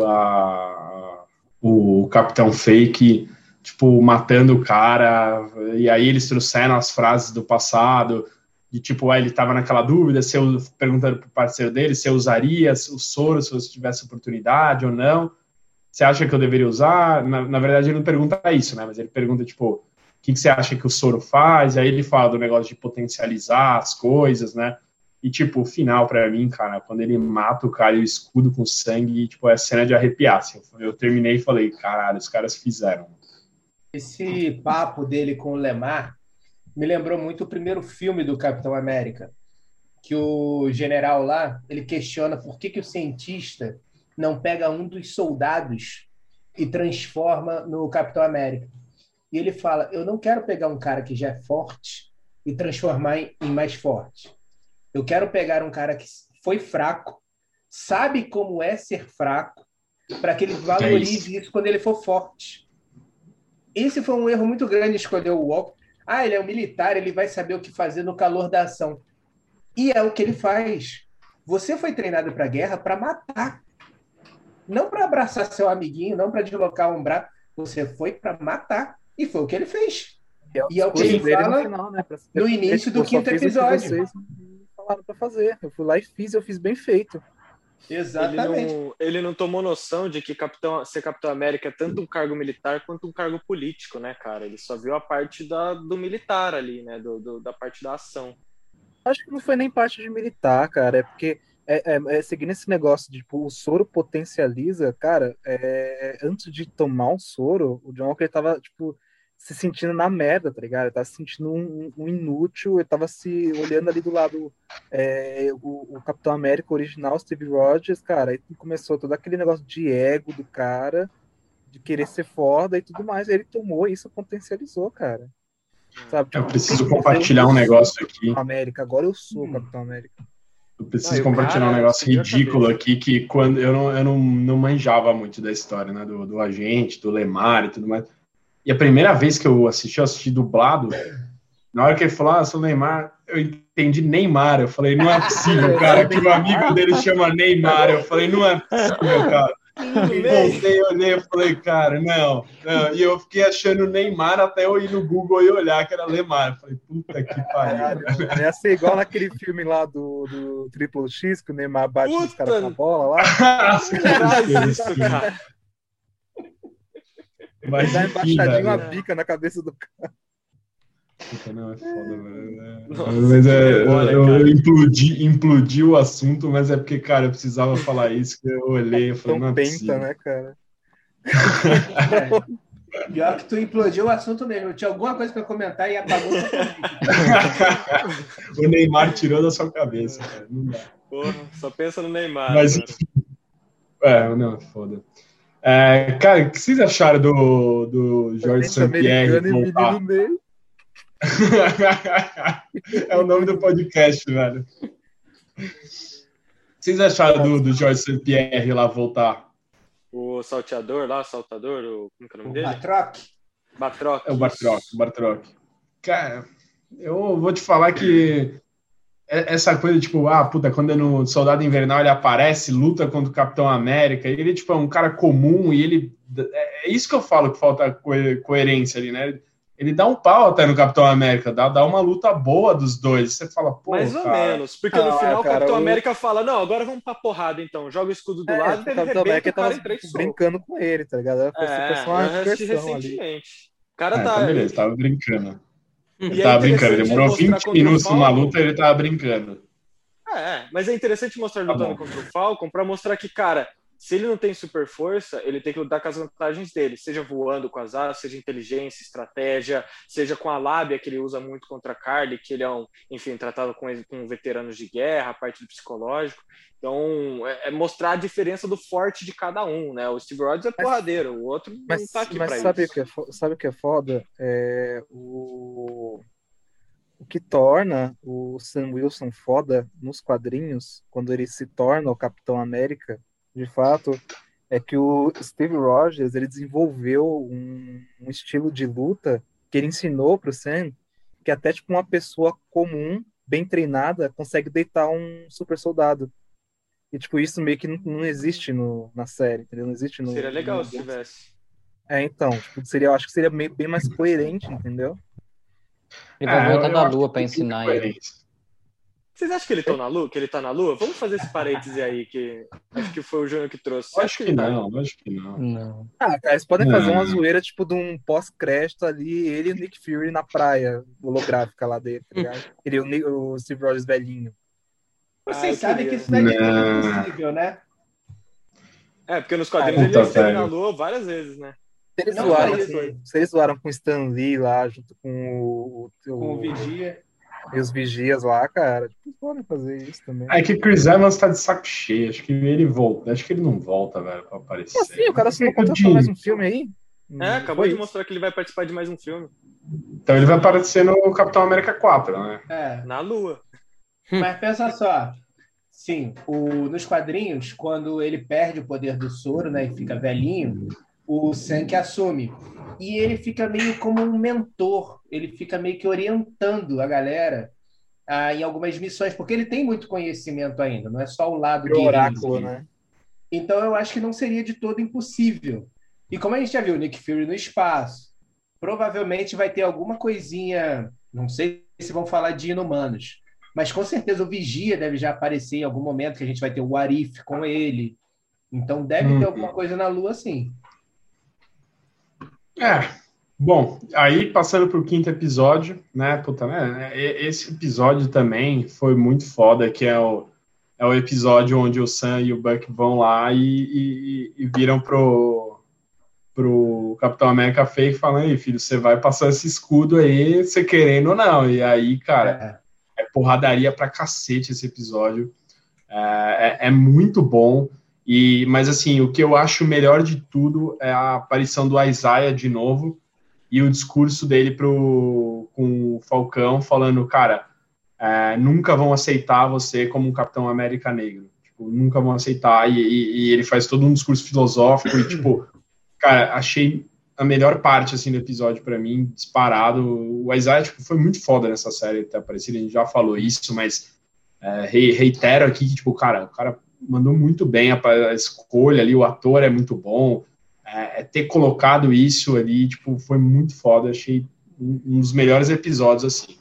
o Capitão Fake, tipo, matando o cara, e aí eles trouxeram as frases do passado, de tipo, ele tava naquela dúvida, perguntando pro parceiro dele se eu usaria o soro se você tivesse oportunidade ou não. Você acha que eu deveria usar? Na verdade, ele não pergunta isso, né? Mas ele pergunta, tipo, o que você acha que o soro faz? Aí ele fala do negócio de potencializar as coisas, né? E, tipo, o final, pra mim, cara, quando ele mata o cara e o escudo com sangue, tipo, é cena de arrepiar, assim. Eu terminei e falei, caralho, os caras fizeram. Esse papo dele com o Lemar me lembrou muito o primeiro filme do Capitão América, que o general lá, ele questiona por que o cientista não pega um dos soldados e transforma no Capitão América. E ele fala, eu não quero pegar um cara que já é forte e transformar em mais forte. Eu quero pegar um cara que foi fraco, sabe como é ser fraco, para que ele valorize isso quando ele for forte. Esse foi um erro muito grande escolher o Walker. Ele é um militar, ele vai saber o que fazer no calor da ação. E é o que ele faz. Você foi treinado para a guerra para matar. Não para abraçar seu amiguinho, não para deslocar um braço. Você foi para matar. E foi o que ele fez. E é o que ele fala no, final, né? No início do quinto episódio. Vocês falaram para fazer. Eu fui lá e eu fiz bem feito. Exatamente. Ele não tomou noção de que ser Capitão América é tanto um cargo militar quanto um cargo político, né, cara? Ele só viu a parte do militar ali, né? Da parte da ação. Acho que não foi nem parte de militar, cara. É porque seguindo esse negócio de tipo, o soro potencializa, cara. Antes de tomar o soro, o John Walker tava tipo se sentindo na merda, tá ligado? Ele tava se sentindo um inútil, ele tava se olhando ali do lado o Capitão América original, Steve Rogers, cara, aí começou todo aquele negócio de ego do cara, de querer ser foda e tudo mais, aí ele tomou e isso potencializou, cara. Sabe? Tipo, eu preciso compartilhar um negócio aqui. América, agora eu sou o Capitão América. Eu preciso compartilhar um negócio ridículo aqui, que quando eu não manjava muito da história, né, do agente, do Lemar e tudo mais. E a primeira vez que eu assisti dublado, na hora que ele falou, sou Neymar, eu entendi Neymar. Eu falei, não é possível, cara, que o amigo dele chama Neymar. Eu falei, não é possível, cara. Voltei, olhei, eu falei, cara, não. E eu fiquei achando Neymar até eu ir no Google e olhar que era Lemar. Eu falei, puta que pariu. Ia ser igual naquele filme lá do Triple X, que o Neymar bate os caras com a bola lá. Mas dá embaixadinho uma bica na cabeça do cara. Puta, não, é foda, velho. Mas eu implodi o assunto, mas é porque, cara, eu precisava falar isso, que eu olhei e falei, não é possível. Né, cara? Pior que tu implodiu o assunto mesmo. Eu tinha alguma coisa pra comentar e apagou. O Neymar tirou da sua cabeça, cara. Não dá. Porra, só pensa no Neymar. Mas, enfim. Não, é foda. Cara, o que vocês acharam do Jorge St-Pierre voltar? É o nome do podcast, velho. O que vocês acharam do Jorge St-Pierre lá voltar? O salteador lá, como que é o nome dele? Batroc. É o Batroc. Cara, eu vou te falar que essa coisa, tipo, quando no Soldado Invernal ele aparece, luta contra o Capitão América, e ele, tipo, é um cara comum, e ele... É isso que eu falo, que falta coerência ali, né? Ele dá um pau até no Capitão América, dá uma luta boa dos dois. Você fala, pô, mais ou menos, porque no final o Capitão América fala, não, agora vamos pra porrada, então. Joga o escudo do lado e ele arrebenta o cara em 3 socos. Brincando com ele, tá ligado? Foi só uma diversão ali. O cara tá... Então beleza, tava brincando. Ele tava brincando, demorou 20 minutos numa luta e ele tava brincando. Mas é interessante mostrar ele lutando contra o Falcon pra mostrar que, cara, se ele não tem super força, ele tem que lutar com as vantagens dele, seja voando com as asas, seja inteligência, estratégia, seja com a lábia que ele usa muito contra a Carly, que ele é tratado com veteranos de guerra, a parte do psicológico. Então, mostrar a diferença do forte de cada um, né? O Steve Rogers é porradeiro, o outro não tá aqui pra isso. Sabe o que é foda? O que torna o Sam Wilson foda nos quadrinhos, quando ele se torna o Capitão América, de fato, é que o Steve Rogers ele desenvolveu um estilo de luta que ele ensinou pro Sam, que até tipo uma pessoa comum, bem treinada, consegue deitar um super soldado. E, tipo, isso meio que não existe na série, entendeu? Não existe no... Seria legal se tivesse. Então, tipo, eu acho que seria bem mais coerente, entendeu? Ele vai voltar eu da acho Lua que pra tem ensinar coerência. ele. Vocês acham que ele tá na Lua? Que ele tá na Lua? Vamos fazer esse parêntese aí, que acho que foi o Júnior que trouxe. Acho que não. Não. Cara, eles podem fazer uma Não. zoeira, tipo, de um pós-crédito ali, ele e o Nick Fury na praia, holográfica lá dele, tá ligado? Ele o Steve Rogers velhinho. Vocês eu sabem que queria. isso não é possível, né? Porque nos quadrinhos ele esteve na Lua várias vezes, né? Se eles, Não, zoaram, mas- se eles zoaram com o Stan Lee lá, junto com Com o Vigia. e os vigias lá, cara, tipo, eles podem fazer isso também. É que Chris Evans tá de saco cheio. Acho que ele volta. Acho que ele não volta, velho, pra aparecer. Como assim? O cara assinou contrato pra mais um filme aí? Acabou de mostrar que ele vai participar de mais um filme. Então ele vai aparecer no Capitão América 4, né? Na Lua. Mas pensa só. Sim, nos quadrinhos, quando ele perde o poder do soro, né, e fica velhinho, o Sam que assume. E ele fica meio como um mentor. Ele fica meio que orientando a galera em algumas missões, porque ele tem muito conhecimento ainda, não é só o lado Do oráculo, guerreiro. né? Então eu acho que não seria de todo impossível. E como a gente já viu, Nick Fury no espaço, provavelmente vai ter alguma coisinha, não sei se vão falar de Inumanos, mas com certeza o Vigia deve já aparecer em algum momento, que a gente vai ter o What If com ele. Então deve ter alguma coisa na Lua, sim. Bom, aí passando pro quinto episódio, né, puta, né, esse episódio também foi muito foda, que é o episódio onde o Sam e o Buck vão lá e viram pro Capitão América Fake falando, aí, filho, você vai passar esse escudo aí, você querendo ou não, e aí, cara, é porradaria pra cacete esse episódio, é muito bom. Mas assim, o que eu acho melhor de tudo é a aparição do Isaiah de novo e o discurso dele com o Falcão falando, cara, nunca vão aceitar você como um Capitão América negro, tipo, nunca vão aceitar, e ele faz todo um discurso filosófico e tipo, cara, achei a melhor parte assim do episódio pra mim, disparado. O Isaiah tipo, foi muito foda nessa série ter aparecido, a gente já falou isso, mas reitero aqui que tipo, o cara mandou muito bem a escolha ali, o ator é muito bom, ter colocado isso ali, tipo, foi muito foda, achei um dos melhores episódios, assim.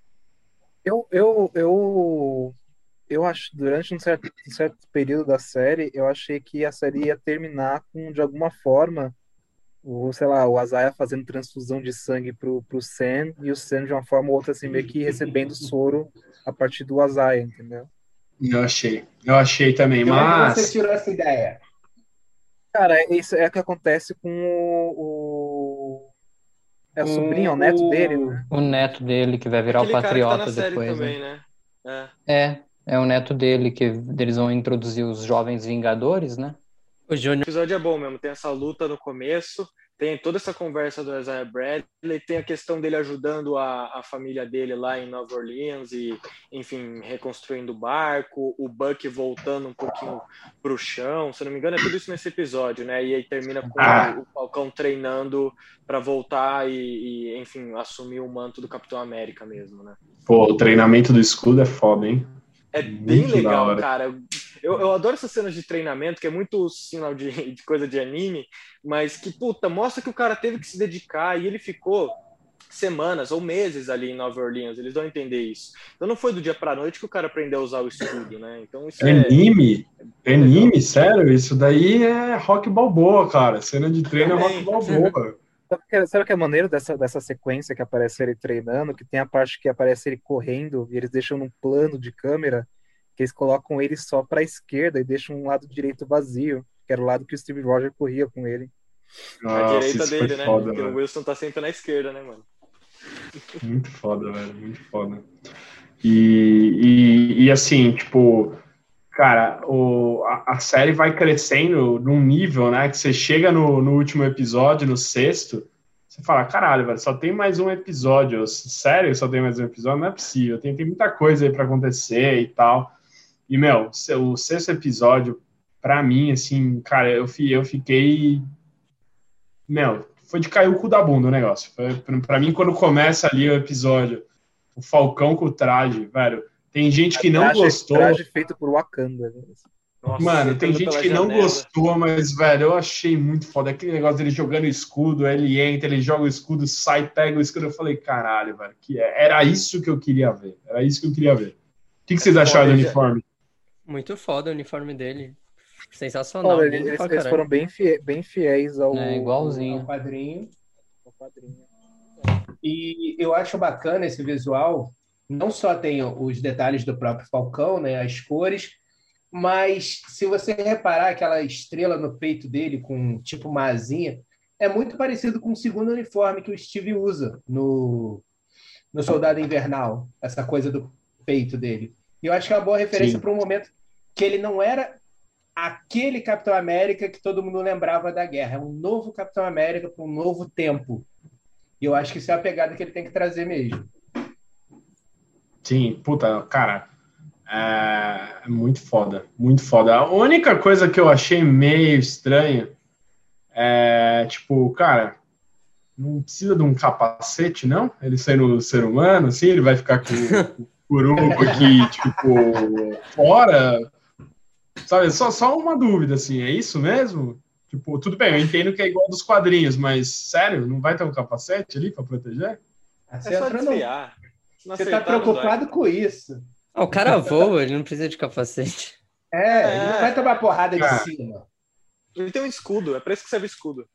Eu acho, durante um certo período da série, eu achei que a série ia terminar com, de alguma forma, o Isaiah fazendo transfusão de sangue pro Sam, e o Sam, de uma forma ou outra, assim, meio que recebendo soro a partir do Isaiah, entendeu? Eu achei também, mas... Você tirou essa ideia? Cara, isso é o que acontece com o sobrinho, o neto dele, né? O neto dele, que vai virar o patriota depois. Também, né? É o neto dele, que eles vão introduzir os Jovens Vingadores, né? O episódio é bom mesmo, tem essa luta no começo, tem toda essa conversa do Isaiah Bradley, tem a questão dele ajudando a família dele lá em Nova Orleans e, enfim, reconstruindo o barco, o Buck voltando um pouquinho pro chão, se não me engano é tudo isso nesse episódio, né? E aí termina com o Falcão treinando para voltar e, enfim, assumir o manto do Capitão América mesmo, né? Pô, o treinamento do escudo é foda, hein? É bem legal, cara. Eu adoro essas cenas de treinamento, que é muito sinal de coisa de anime, mas que, puta, mostra que o cara teve que se dedicar e ele ficou semanas ou meses ali em Nova Orleans, eles vão entender isso. Então não foi do dia pra noite que o cara aprendeu a usar o escudo, né? Então isso Anime? Sério? Isso daí é Rock Balboa, cara. Cena de treino é Rock Balboa. Sabe o que é maneiro dessa sequência que aparece ele treinando, que tem a parte que aparece ele correndo e eles deixam num plano de câmera que eles colocam ele só para a esquerda e deixam um lado direito vazio, que era o lado que o Steve Rogers corria com ele. A direita dele, né? Porque o Wilson tá sempre na esquerda, né, mano? Muito foda, velho, muito foda. E assim, tipo, cara, a série vai crescendo num nível, né, que você chega no último episódio, no sexto, você fala, caralho, velho, só tem mais um episódio. Sério, só tem mais um episódio? Não é possível, tem muita coisa aí pra acontecer e tal. E, meu, o sexto episódio, pra mim, assim, cara, eu fiquei... Meu, foi de cair o cu da bunda o negócio. Pra mim, quando começa ali o episódio, o Falcão com o traje, velho, tem gente que não gostou. Traje feito por Wakanda. Nossa, Mano, tem gente que não gostou, mas, velho, eu achei muito foda. Aquele negócio dele jogando o escudo, ele entra, ele joga o escudo, sai, pega o escudo. Eu falei, caralho, velho, era isso que eu queria ver. Era isso que eu queria ver. O que vocês acharam do uniforme? Muito foda o uniforme dele. Sensacional. Olha, eles foram bem fiéis ao, igualzinho. Ao quadrinho. E eu acho bacana esse visual. Não só tem os detalhes do próprio Falcão, né, as cores, mas se você reparar aquela estrela no peito dele com tipo uma asinha, é muito parecido com o segundo uniforme que o Steve usa no Soldado Invernal, essa coisa do peito dele. E eu acho que é uma boa referência para um momento que ele não era aquele Capitão América que todo mundo lembrava da guerra. É um novo Capitão América para um novo tempo. E eu acho que isso é a pegada que ele tem que trazer mesmo. Sim, puta, cara, é muito foda, muito foda. A única coisa que eu achei meio estranho é, tipo, cara, não precisa de um capacete, não? Ele sendo ser humano, assim, ele vai ficar com o curuco aqui, tipo, fora, sabe? Só uma dúvida, assim, é isso mesmo? Tipo, tudo bem, eu entendo que é igual dos quadrinhos, mas, sério, não vai ter um capacete ali pra proteger? É só desviar. Você tá preocupado com isso. O cara voa, ele não precisa de capacete. Ele não vai tomar porrada de cima. Ele tem um escudo, é pra isso que serve o escudo.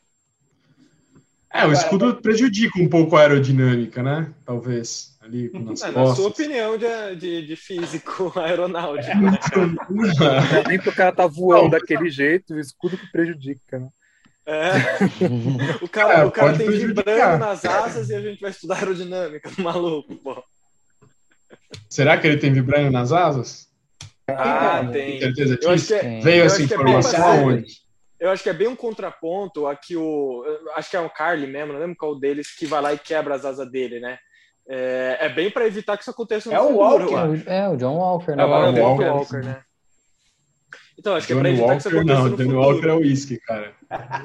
O escudo prejudica um pouco a aerodinâmica, né? Talvez, ali nas costas. Na sua opinião de físico aeronáutico, né? Nem porque o cara tá voando daquele jeito, o escudo que prejudica, né? O cara tem vibrando nas asas e a gente vai estudar aerodinâmica, maluco, pô. Será que ele tem vibrânio nas asas? Tem. Certeza disso? Veio essa informação hoje. Eu acho que é bem um contraponto a que acho que é o Carly mesmo, não lembro qual deles, que vai lá e quebra as asas dele, né? É bem para evitar que isso aconteça no futuro. O John Walker, né? É o John Walker, né? Então, acho que é pra evitar que isso aconteça no futuro. Johnny Walker é o uísque, cara.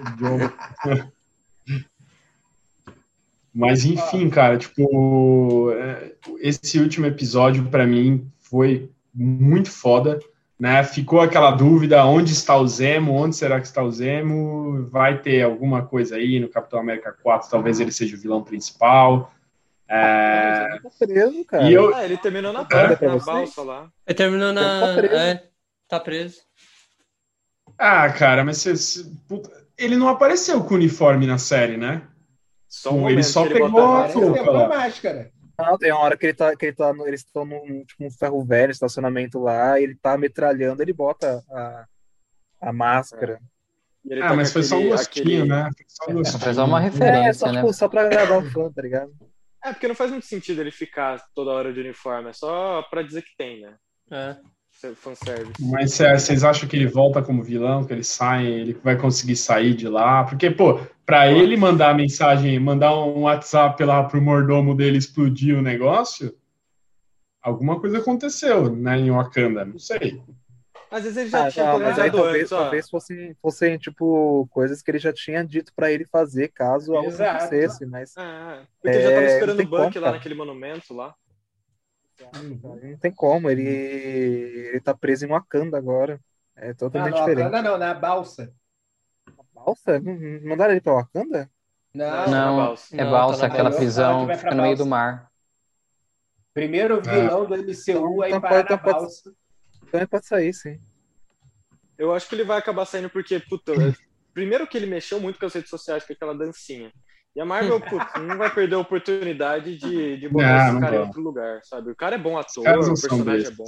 Mas, enfim, cara, tipo, esse último episódio, pra mim, foi muito foda, né? Ficou aquela dúvida, onde está o Zemo? Onde será que está o Zemo? Vai ter alguma coisa aí no Capitão América 4, talvez ele seja o vilão principal. Ele tá preso, cara. Ele terminou na balsa lá. Ele terminou tá preso. Cara, mas ele não apareceu com o uniforme na série, né? Ele só pegou a roupa lá. Máscara. Não, tem uma hora que eles estão num ferro velho, estacionamento lá, e ele tá metralhando, ele bota a máscara. Mas foi só um gostinho, né? Foi só uma referência, né? Só pra agradar o fã, tá ligado? Porque não faz muito sentido ele ficar toda hora de uniforme, é só pra dizer que tem, né? Fanservice. Mas vocês acham que ele volta como vilão, que ele sai, ele vai conseguir sair de lá? Porque, pô, pra ele mandar a mensagem, mandar um WhatsApp lá pro mordomo dele explodir o negócio, alguma coisa aconteceu, né, em Wakanda, não sei. Às vezes ele já tinha planejado antes. Talvez fossem, tipo, coisas que ele já tinha dito pra ele fazer, caso algo acontecesse, mas... Porque ele já tava esperando o Bucky lá naquele monumento lá. Não tem como, ele tá preso em Wakanda agora. É totalmente diferente. Wakanda não, na balsa. Balsa? Mandaram ele pra Wakanda? Não, é balsa, aquela prisão que fica no meio do mar. Primeiro vilão do MCU aí para na balsa. Então pode sair, sim. Eu acho que ele vai acabar saindo porque, primeiro que ele mexeu muito com as redes sociais com aquela dancinha. E a Marvel, não vai perder a oportunidade de botar esse cara em outro lugar, sabe? O cara é bom ator, o personagem é bom.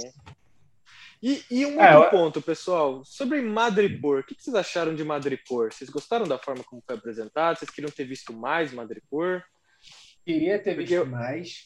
E um outro ponto, pessoal, sobre Madripoor. O que vocês acharam de Madripoor? Vocês gostaram da forma como foi apresentado? Vocês queriam ter visto mais Madripoor? Queria ter visto mais.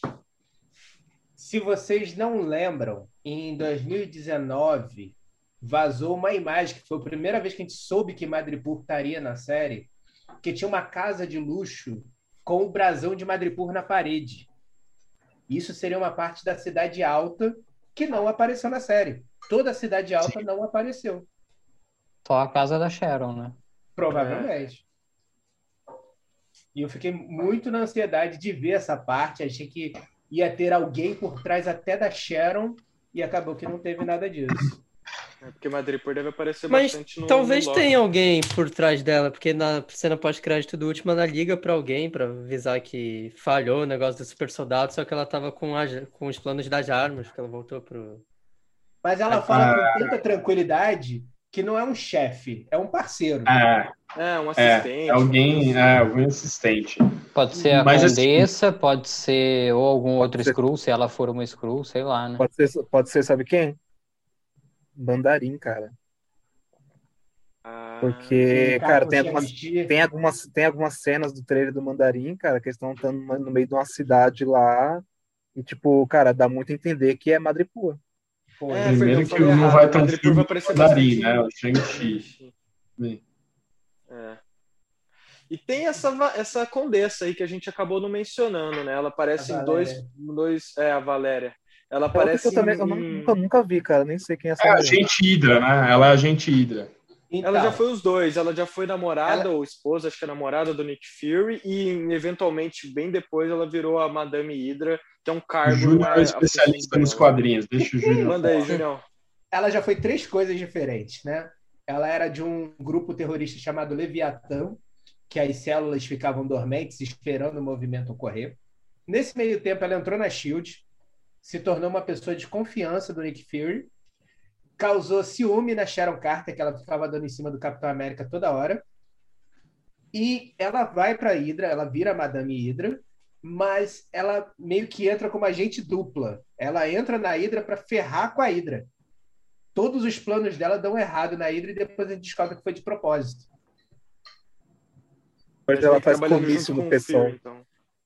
Se vocês não lembram, em 2019 vazou uma imagem, que foi a primeira vez que a gente soube que Madripoor estaria na série, que tinha uma casa de luxo com o brasão de Madripoor na parede. Isso seria uma parte da Cidade Alta que não apareceu na série. Toda a Cidade Alta não apareceu. Só a casa da Sharon, né? Provavelmente. E eu fiquei muito na ansiedade de ver essa parte. Achei que ia ter alguém por trás até da Sharon e acabou que não teve nada disso. Porque Madripoor deve aparecer Mas bastante no talvez Loki. tenha alguém por trás dela, porque na cena pós-crédito do último ela liga pra alguém pra avisar que falhou o negócio do super soldado, só que ela tava com os planos das armas, porque ela voltou pro... Mas ela fala com tanta tranquilidade que não é um chefe, é um parceiro. Um assistente. Alguém assistente. Pode ser a Mas, Condessa, pode ser ou algum outro Skrull, se ela for uma Skrull, sei lá, né? Pode ser, sabe quem? Mandarim, cara. Porque, cara, tem algumas cenas do trailer do Mandarim, cara, que eles estão no meio de uma cidade lá e, tipo, cara, dá muito a entender que é Madripoor. Primeiro que não vai ter um filme de Mandarim, né? O Shang-Chi. E tem essa Condessa aí que a gente acabou não mencionando, né? Ela aparece em dois... a Valéria. Ela aparece eu nunca vi, cara, nem sei quem é essa mulher. Agente Hydra, né? Ela é Agente Hydra. Então, ela já foi os dois, ela já foi namorada ou esposa, acho que é namorada do Nick Fury, e eventualmente, bem depois, ela virou a Madame Hydra, que é um cargo... O Júnior é especialista nos quadrinhos, deixa o Júnior. Manda aí, Júnior. Ela já foi 3 coisas diferentes, né? Ela era de um grupo terrorista chamado Leviatã, que as células ficavam dormentes, esperando o movimento ocorrer. Nesse meio tempo, ela entrou na SHIELD, se tornou uma pessoa de confiança do Nick Fury, causou ciúme na Sharon Carter, que ela ficava dando em cima do Capitão América toda hora. E ela vai para a Hydra, ela vira a Madame Hydra, mas ela meio que entra como agente dupla. Ela entra na Hydra para ferrar com a Hydra. Todos os planos dela dão errado na Hydra e depois a gente descobre que foi de propósito. Depois ela faz comício no pessoal. Então.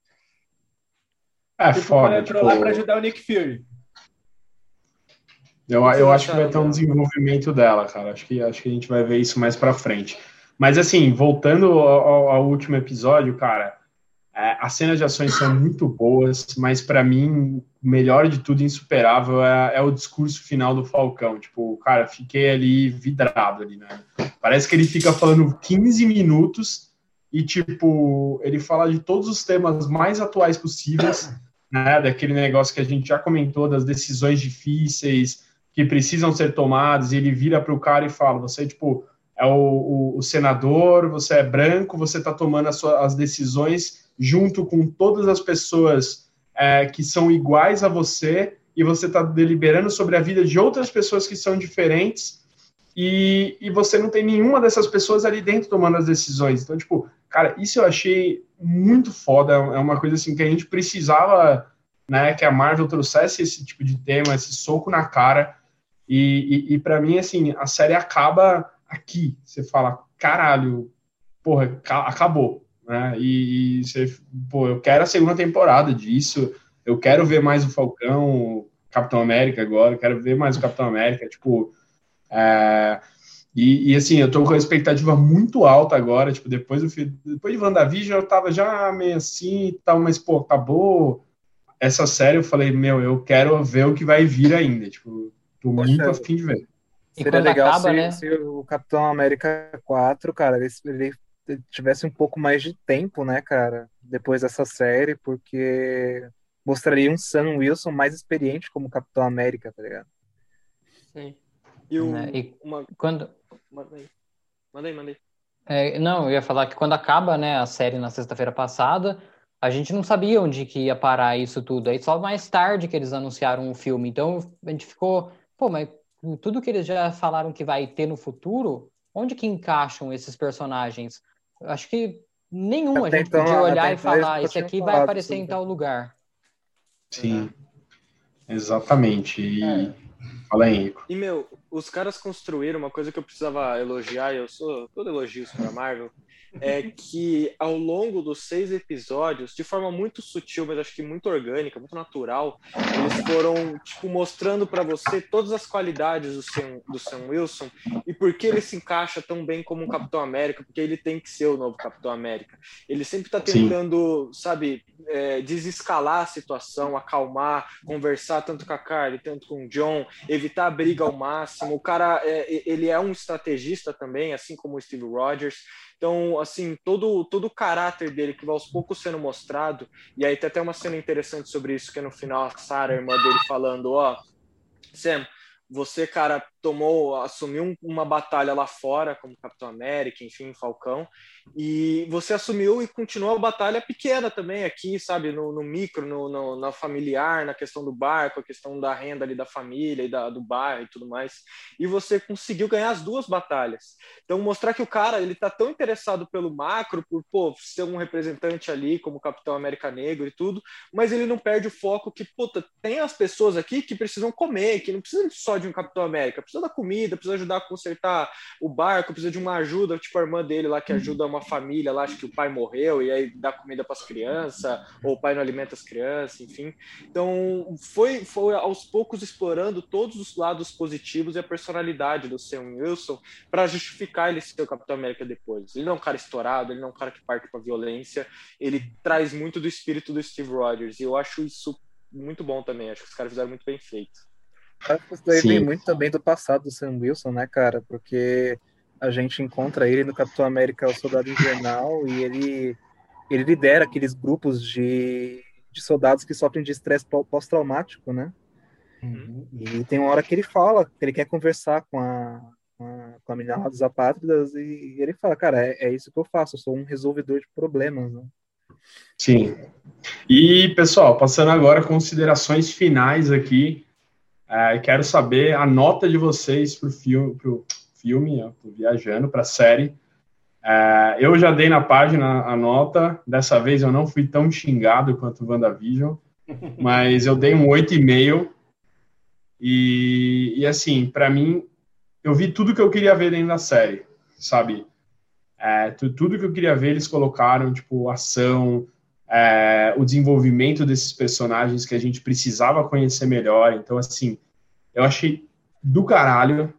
Foda. Ela entrou lá para ajudar o Nick Fury. Eu acho que vai ter um desenvolvimento dela, cara. Acho que a gente vai ver isso mais pra frente. Mas, assim, voltando ao último episódio, cara, as cenas de ações são muito boas, mas pra mim, o melhor de tudo, insuperável, é o discurso final do Falcão. Tipo, cara, fiquei ali vidrado ali, né? Parece que ele fica falando 15 minutos e, tipo, ele fala de todos os temas mais atuais possíveis, né? Daquele negócio que a gente já comentou, das decisões difíceis que precisam ser tomadas, e ele vira para o cara e fala, você, tipo, é o senador, você é branco, você está tomando as decisões junto com todas as pessoas que são iguais a você, e você está deliberando sobre a vida de outras pessoas que são diferentes, e você não tem nenhuma dessas pessoas ali dentro tomando as decisões. Então, tipo, cara, isso eu achei muito foda, é uma coisa assim que a gente precisava, né, que a Marvel trouxesse esse tipo de tema, esse soco na cara. E para mim, assim, a série acaba aqui. Você fala, caralho, porra, acabou, né? E você, eu quero a segunda temporada disso, eu quero ver mais o Falcão, o Capitão América agora, eu quero ver mais o Capitão América, tipo... E assim, eu tô com a expectativa muito alta agora, tipo, depois de WandaVision eu tava já meio assim e tal, mas, pô, acabou essa série, eu falei, eu quero ver o que vai vir ainda, tipo... Tô muito a fim de ver. Seria legal se o Capitão América 4, cara, ele tivesse um pouco mais de tempo, né, cara, depois dessa série, porque mostraria um Sam Wilson mais experiente como Capitão América, tá ligado? Sim. Quando... Manda aí. Não, eu ia falar que quando acaba, né, a série na sexta-feira passada, a gente não sabia onde que ia parar isso tudo. Aí só mais tarde que eles anunciaram o filme. Então a gente ficou... Pô, mas tudo que eles já falaram que vai ter no futuro, onde que encaixam esses personagens? Acho que nenhum a gente podia olhar e falar, esse aqui vai aparecer em tal lugar. Sim, exatamente. E fala aí, Henrico. E, os caras construíram uma coisa que eu precisava elogiar, e eu sou todo elogios pra Marvel, é que ao longo dos 6 episódios, de forma muito sutil, mas acho que muito orgânica, muito natural, eles foram, tipo, mostrando pra você todas as qualidades do Sam Wilson e por que ele se encaixa tão bem como um Capitão América, porque ele tem que ser o novo Capitão América. Ele sempre tá tentando, sabe, desescalar a situação, acalmar, conversar tanto com a Carly, tanto com o John, evitar a briga ao máximo. O cara, ele é um estrategista também, assim como o Steve Rogers. Então, assim, todo o caráter dele que vai aos poucos sendo mostrado, e aí tem até uma cena interessante sobre isso, que é no final a Sarah, a irmã dele, falando, Sam, você, cara, assumiu uma batalha lá fora, como Capitão América, enfim, Falcão, e você assumiu e continuou a batalha pequena também aqui, sabe, no micro, na familiar, na questão do barco, a questão da renda ali da família e do bairro e tudo mais, e você conseguiu ganhar as duas batalhas. Então, mostrar que o cara, ele tá tão interessado pelo macro, por, ser um representante ali, como Capitão América Negro e tudo, mas ele não perde o foco que, tem as pessoas aqui que precisam comer, que não precisam só de um Capitão América, precisa da comida, precisa ajudar a consertar o barco, precisa de uma ajuda, tipo a irmã dele lá que ajuda uma família lá, acho que o pai morreu e aí dá comida para as crianças, ou o pai não alimenta as crianças, enfim. Então foi aos poucos explorando todos os lados positivos e a personalidade do Sam Wilson para justificar ele ser o Capitão América depois. Ele não é um cara estourado, ele não é um cara que parte para violência, ele traz muito do espírito do Steve Rogers, e eu acho isso muito bom também, acho que os caras fizeram muito bem feito. Acho que isso daí vem muito também do passado do Sam Wilson, né, cara? Porque a gente encontra ele no Capitão América, o Soldado Invernal, e ele lidera aqueles grupos de soldados que sofrem de estresse pós-traumático, né? Uhum. E tem uma hora que ele fala que ele quer conversar com a menina lá dos Apátridas, e ele fala, cara, é isso que eu faço, eu sou um resolvedor de problemas, né? Sim. E, pessoal, passando agora considerações finais aqui, quero saber a nota de vocês pro filme, tô viajando, para a série. Eu já dei na página a nota, dessa vez eu não fui tão xingado quanto o WandaVision, mas eu dei um 8,5, e assim, para mim, eu vi tudo que eu queria ver dentro da série, sabe? Tudo que eu queria ver eles colocaram, tipo, ação, o desenvolvimento desses personagens que a gente precisava conhecer melhor. Então, assim, eu achei do caralho.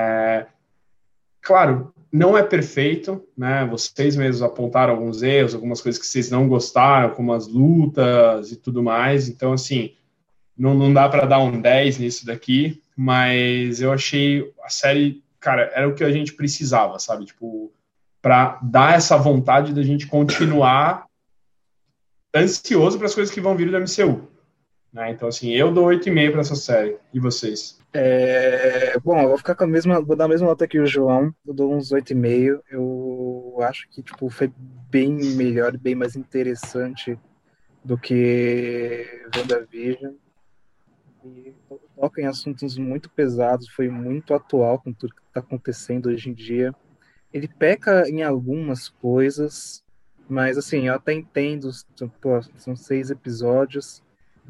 Claro, não é perfeito, né? Vocês mesmos apontaram alguns erros, algumas coisas que vocês não gostaram, como as lutas e tudo mais. Então, assim, não dá para dar um 10 nisso daqui, mas eu achei a série, cara, era o que a gente precisava, sabe? Tipo, para dar essa vontade da gente continuar ansioso para as coisas que vão vir do MCU. Né? Então, assim, eu dou 8,5 para essa série. E vocês? Bom, eu vou ficar vou dar a mesma nota que o João, eu dou uns 8,5. Eu acho que tipo, foi bem melhor, bem mais interessante do que WandaVision. E toca em assuntos muito pesados, foi muito atual com tudo que está acontecendo hoje em dia. Ele peca em algumas coisas, mas assim, eu até entendo, são 6 episódios,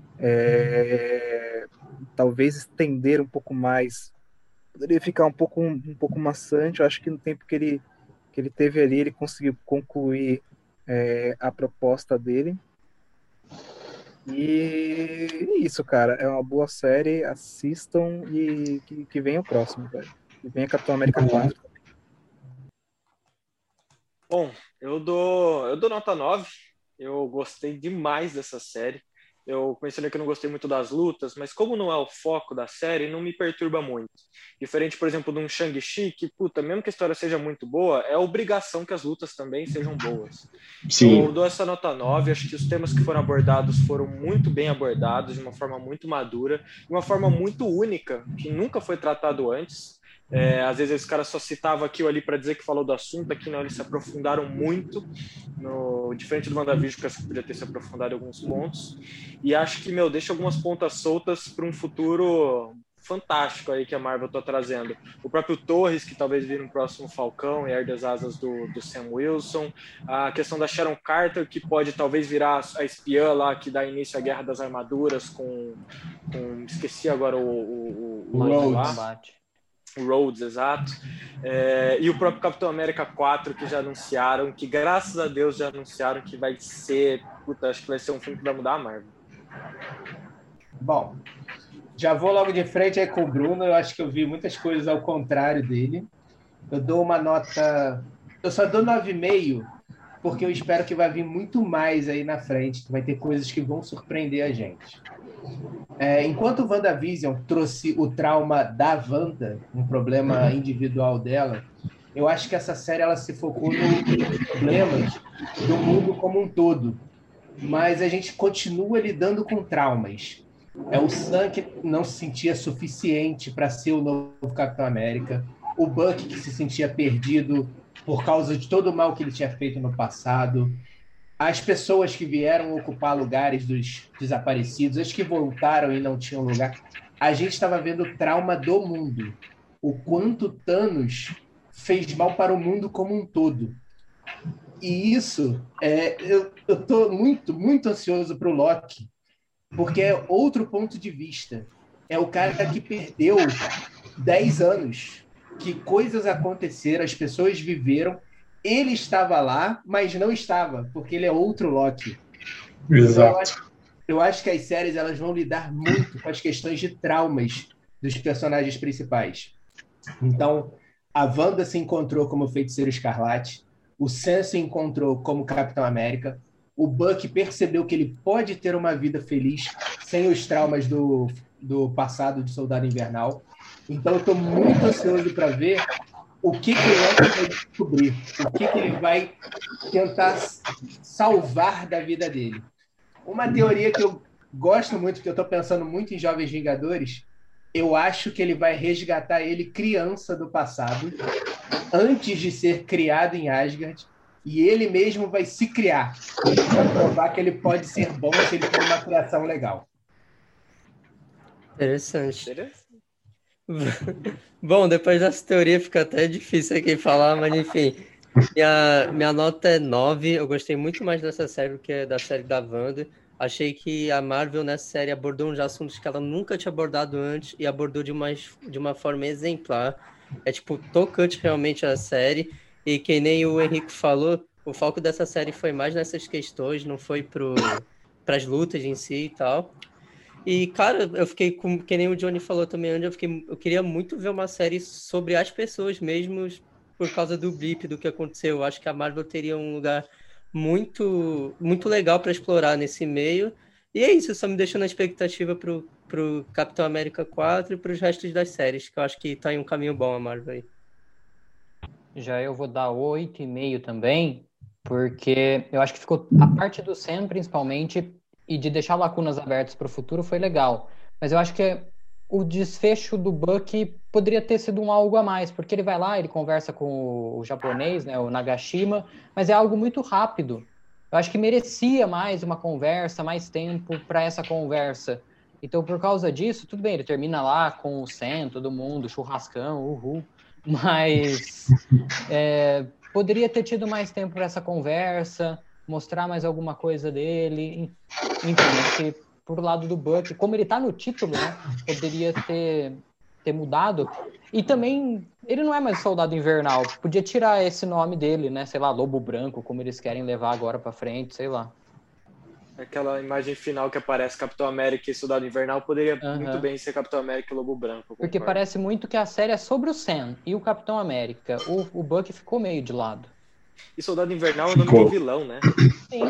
talvez estender um pouco mais, poderia ficar um pouco maçante. Eu acho que no tempo que ele teve ali, ele conseguiu concluir a proposta dele. E isso, cara, é uma boa série, assistam e que venha o próximo, velho. Que venha Capitão América 4. Bom, eu dou nota 9. Eu gostei demais dessa série. Eu mencionei que eu não gostei muito das lutas, mas como não é o foco da série, não me perturba muito. Diferente, por exemplo, de um Shang-Chi, que, mesmo que a história seja muito boa, é obrigação que as lutas também sejam boas. Sim. Então, eu dou essa nota 9, acho que os temas que foram abordados foram muito bem abordados, de uma forma muito madura, de uma forma muito única, que nunca foi tratado antes. Às vezes os caras só citavam aquilo ali para dizer que falou do assunto, aqui não, eles se aprofundaram muito, diferente do WandaVision, que podia ter se aprofundado em alguns pontos, e acho que, deixa algumas pontas soltas para um futuro fantástico aí que a Marvel está trazendo. O próprio Torres, que talvez vire um próximo Falcão e herde as asas do Sam Wilson, a questão da Sharon Carter, que pode talvez virar a espiã lá que dá início à Guerra das Armaduras com esqueci agora o Rhodes, exato. E o próprio Capitão América 4, que já anunciaram, que graças a Deus já anunciaram que vai ser, acho que vai ser um filme que vai mudar a Marvel. Bom, já vou logo de frente aí com o Bruno. Eu acho que eu vi muitas coisas ao contrário dele. Eu dou uma nota, eu só dou 9,5 porque eu espero que vai vir muito mais aí na frente, que vai ter coisas que vão surpreender a gente. Enquanto o WandaVision trouxe o trauma da Wanda, um problema individual dela, eu acho que essa série ela se focou nos problemas do mundo como um todo. Mas a gente continua lidando com traumas. O Sam que não se sentia suficiente para ser o novo Capitão América. O Bucky que se sentia perdido por causa de todo o mal que ele tinha feito no passado. As pessoas que vieram ocupar lugares dos desaparecidos, as que voltaram e não tinham lugar. A gente estava vendo o trauma do mundo. O quanto Thanos fez mal para o mundo como um todo. E isso, eu estou muito, muito ansioso para o Loki, porque é outro ponto de vista. É o cara que perdeu 10 anos, que coisas aconteceram, as pessoas viveram, ele estava lá, mas não estava, porque ele é outro Loki. Exato. Então, eu acho que as séries elas vão lidar muito com as questões de traumas dos personagens principais. Então, a Wanda se encontrou como Feiticeiro Escarlate, o Sam se encontrou como Capitão América, o Bucky percebeu que ele pode ter uma vida feliz sem os traumas do passado de Soldado Invernal. Então, eu estou muito ansioso para ver o que o Loki vai descobrir, o que ele vai tentar salvar da vida dele. Uma teoria que eu gosto muito, que eu estou pensando muito em Jovens Vingadores, eu acho que ele vai resgatar ele criança do passado, antes de ser criado em Asgard, e ele mesmo vai se criar, para provar que ele pode ser bom se ele tem uma criação legal. Interessante. Bom, depois dessa teoria fica até difícil aqui falar, mas enfim. Minha nota é 9. Eu gostei muito mais dessa série do que da série da Wanda. Achei que a Marvel nessa série abordou uns assuntos que ela nunca tinha abordado antes e abordou de uma forma exemplar. É tipo tocante realmente a série. E que nem o Henrique falou, o foco dessa série foi mais nessas questões, não foi para as lutas em si e tal. E, cara, eu fiquei que nem o Johnny falou também antes, eu queria muito ver uma série sobre as pessoas mesmo, por causa do blip, do que aconteceu. Eu acho que a Marvel teria um lugar muito, muito legal para explorar nesse meio. E é isso, só me deixando na expectativa pro Capitão América 4 e pros restos das séries, que eu acho que tá em um caminho bom a Marvel aí. Já eu vou dar 8,5 também, porque eu acho que ficou a parte do Sam, principalmente, e de deixar lacunas abertas para o futuro foi legal. Mas eu acho que o desfecho do Bucky poderia ter sido um algo a mais, porque ele vai lá, ele conversa com o japonês, né, o Nagashima, mas é algo muito rápido. Eu acho que merecia mais uma conversa, mais tempo para essa conversa. Então, por causa disso, tudo bem, ele termina lá com o Sam, todo mundo, churrascão, uhul. Mas poderia ter tido mais tempo para essa conversa, mostrar mais alguma coisa dele. Enfim, por lado do Bucky, como ele tá no título, né, poderia ter mudado. E também, ele não é mais Soldado Invernal, podia tirar esse nome dele, né, sei lá, Lobo Branco, como eles querem levar agora para frente, sei lá. Aquela imagem final que aparece Capitão América e Soldado Invernal poderia muito bem ser Capitão América e Lobo Branco. Porque parece muito que a série é sobre o Sam e o Capitão América. O Bucky ficou meio de lado. E Soldado Invernal é o nome do vilão, né? Sim.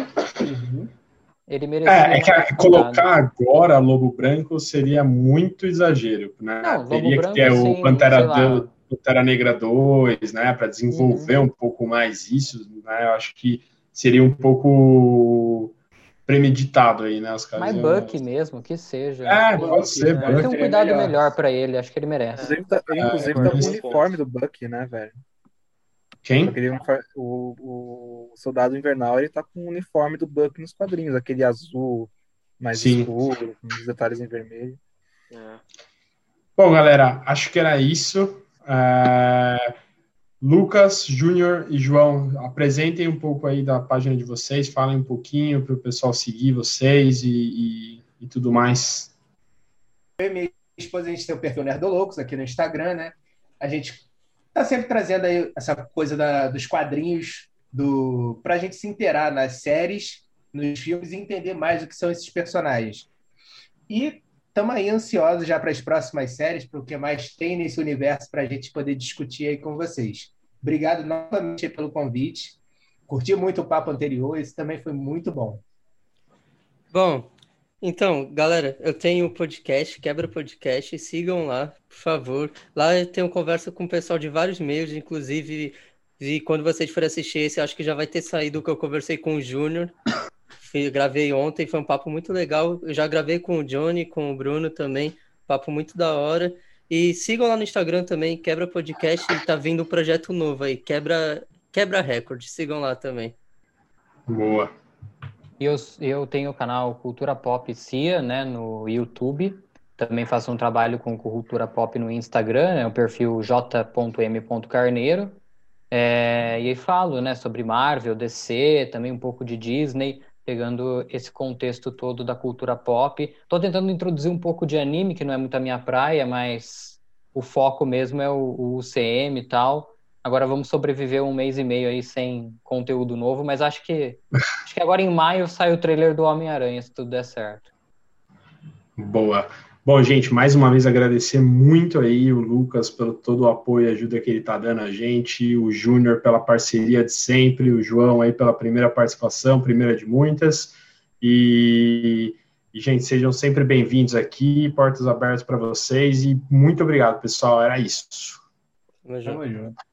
Ele merecia. Colocar agora Lobo Branco seria muito exagero, né? Não, teria Branco, que ter sim, o Pantera Negra 2, né? Para desenvolver um pouco mais isso, né? Eu acho que seria um pouco premeditado aí, né? Os caras mas Bucky mesmo, que seja. Pode ser. Bucky, né? Tem um cuidado melhor pra ele, acho que ele merece. Inclusive tá com o uniforme do Bucky, né, velho? Quem? O Soldado Invernal, ele tá com o uniforme do Bucky nos quadrinhos, aquele azul mais escuro, com os detalhes em vermelho. Bom, galera, acho que era isso. Lucas, Júnior e João, apresentem um pouco aí da página de vocês, falem um pouquinho para o pessoal seguir vocês e tudo mais. Eu e minha esposa, a gente tem o perfil Nerdoloucos aqui no Instagram, né? A gente tá sempre trazendo aí essa coisa dos quadrinhos pra gente se inteirar nas séries, nos filmes e entender mais o que são esses personagens. E estamos aí ansiosos já para as próximas séries, para o que mais tem nesse universo para a gente poder discutir aí com vocês. Obrigado novamente pelo convite. Curti muito o papo anterior, esse também foi muito bom. Bom, então, galera, eu tenho um podcast, Quebra Podcast, sigam lá, por favor. Lá eu tenho conversa com o pessoal de vários meios, inclusive, e quando vocês forem assistir esse, acho que já vai ter saído o que eu conversei com o Júnior. Gravei ontem, foi um papo muito legal. Eu já gravei com o Johnny, com o Bruno também, papo muito da hora. E sigam lá no Instagram também, Quebra Podcast, tá vindo um projeto novo aí, Quebra Record, sigam lá também. Boa. Eu tenho o canal Cultura Pop Cia, né, no YouTube. Também faço um trabalho com Cultura Pop no Instagram, né, o perfil j.m.carneiro. E aí falo, né, sobre Marvel, DC, também um pouco de Disney, pegando esse contexto todo da cultura pop. Tô tentando introduzir um pouco de anime, que não é muito a minha praia, mas o foco mesmo é o UCM e tal. Agora vamos sobreviver um mês e meio aí sem conteúdo novo, mas acho que agora em maio sai o trailer do Homem-Aranha, se tudo der certo. Boa. Bom, gente, mais uma vez agradecer muito aí o Lucas pelo todo o apoio e ajuda que ele está dando a gente, o Júnior pela parceria de sempre, o João aí pela primeira participação, primeira de muitas, e gente, sejam sempre bem-vindos aqui, portas abertas para vocês, e muito obrigado, pessoal, era isso. Tamo junto.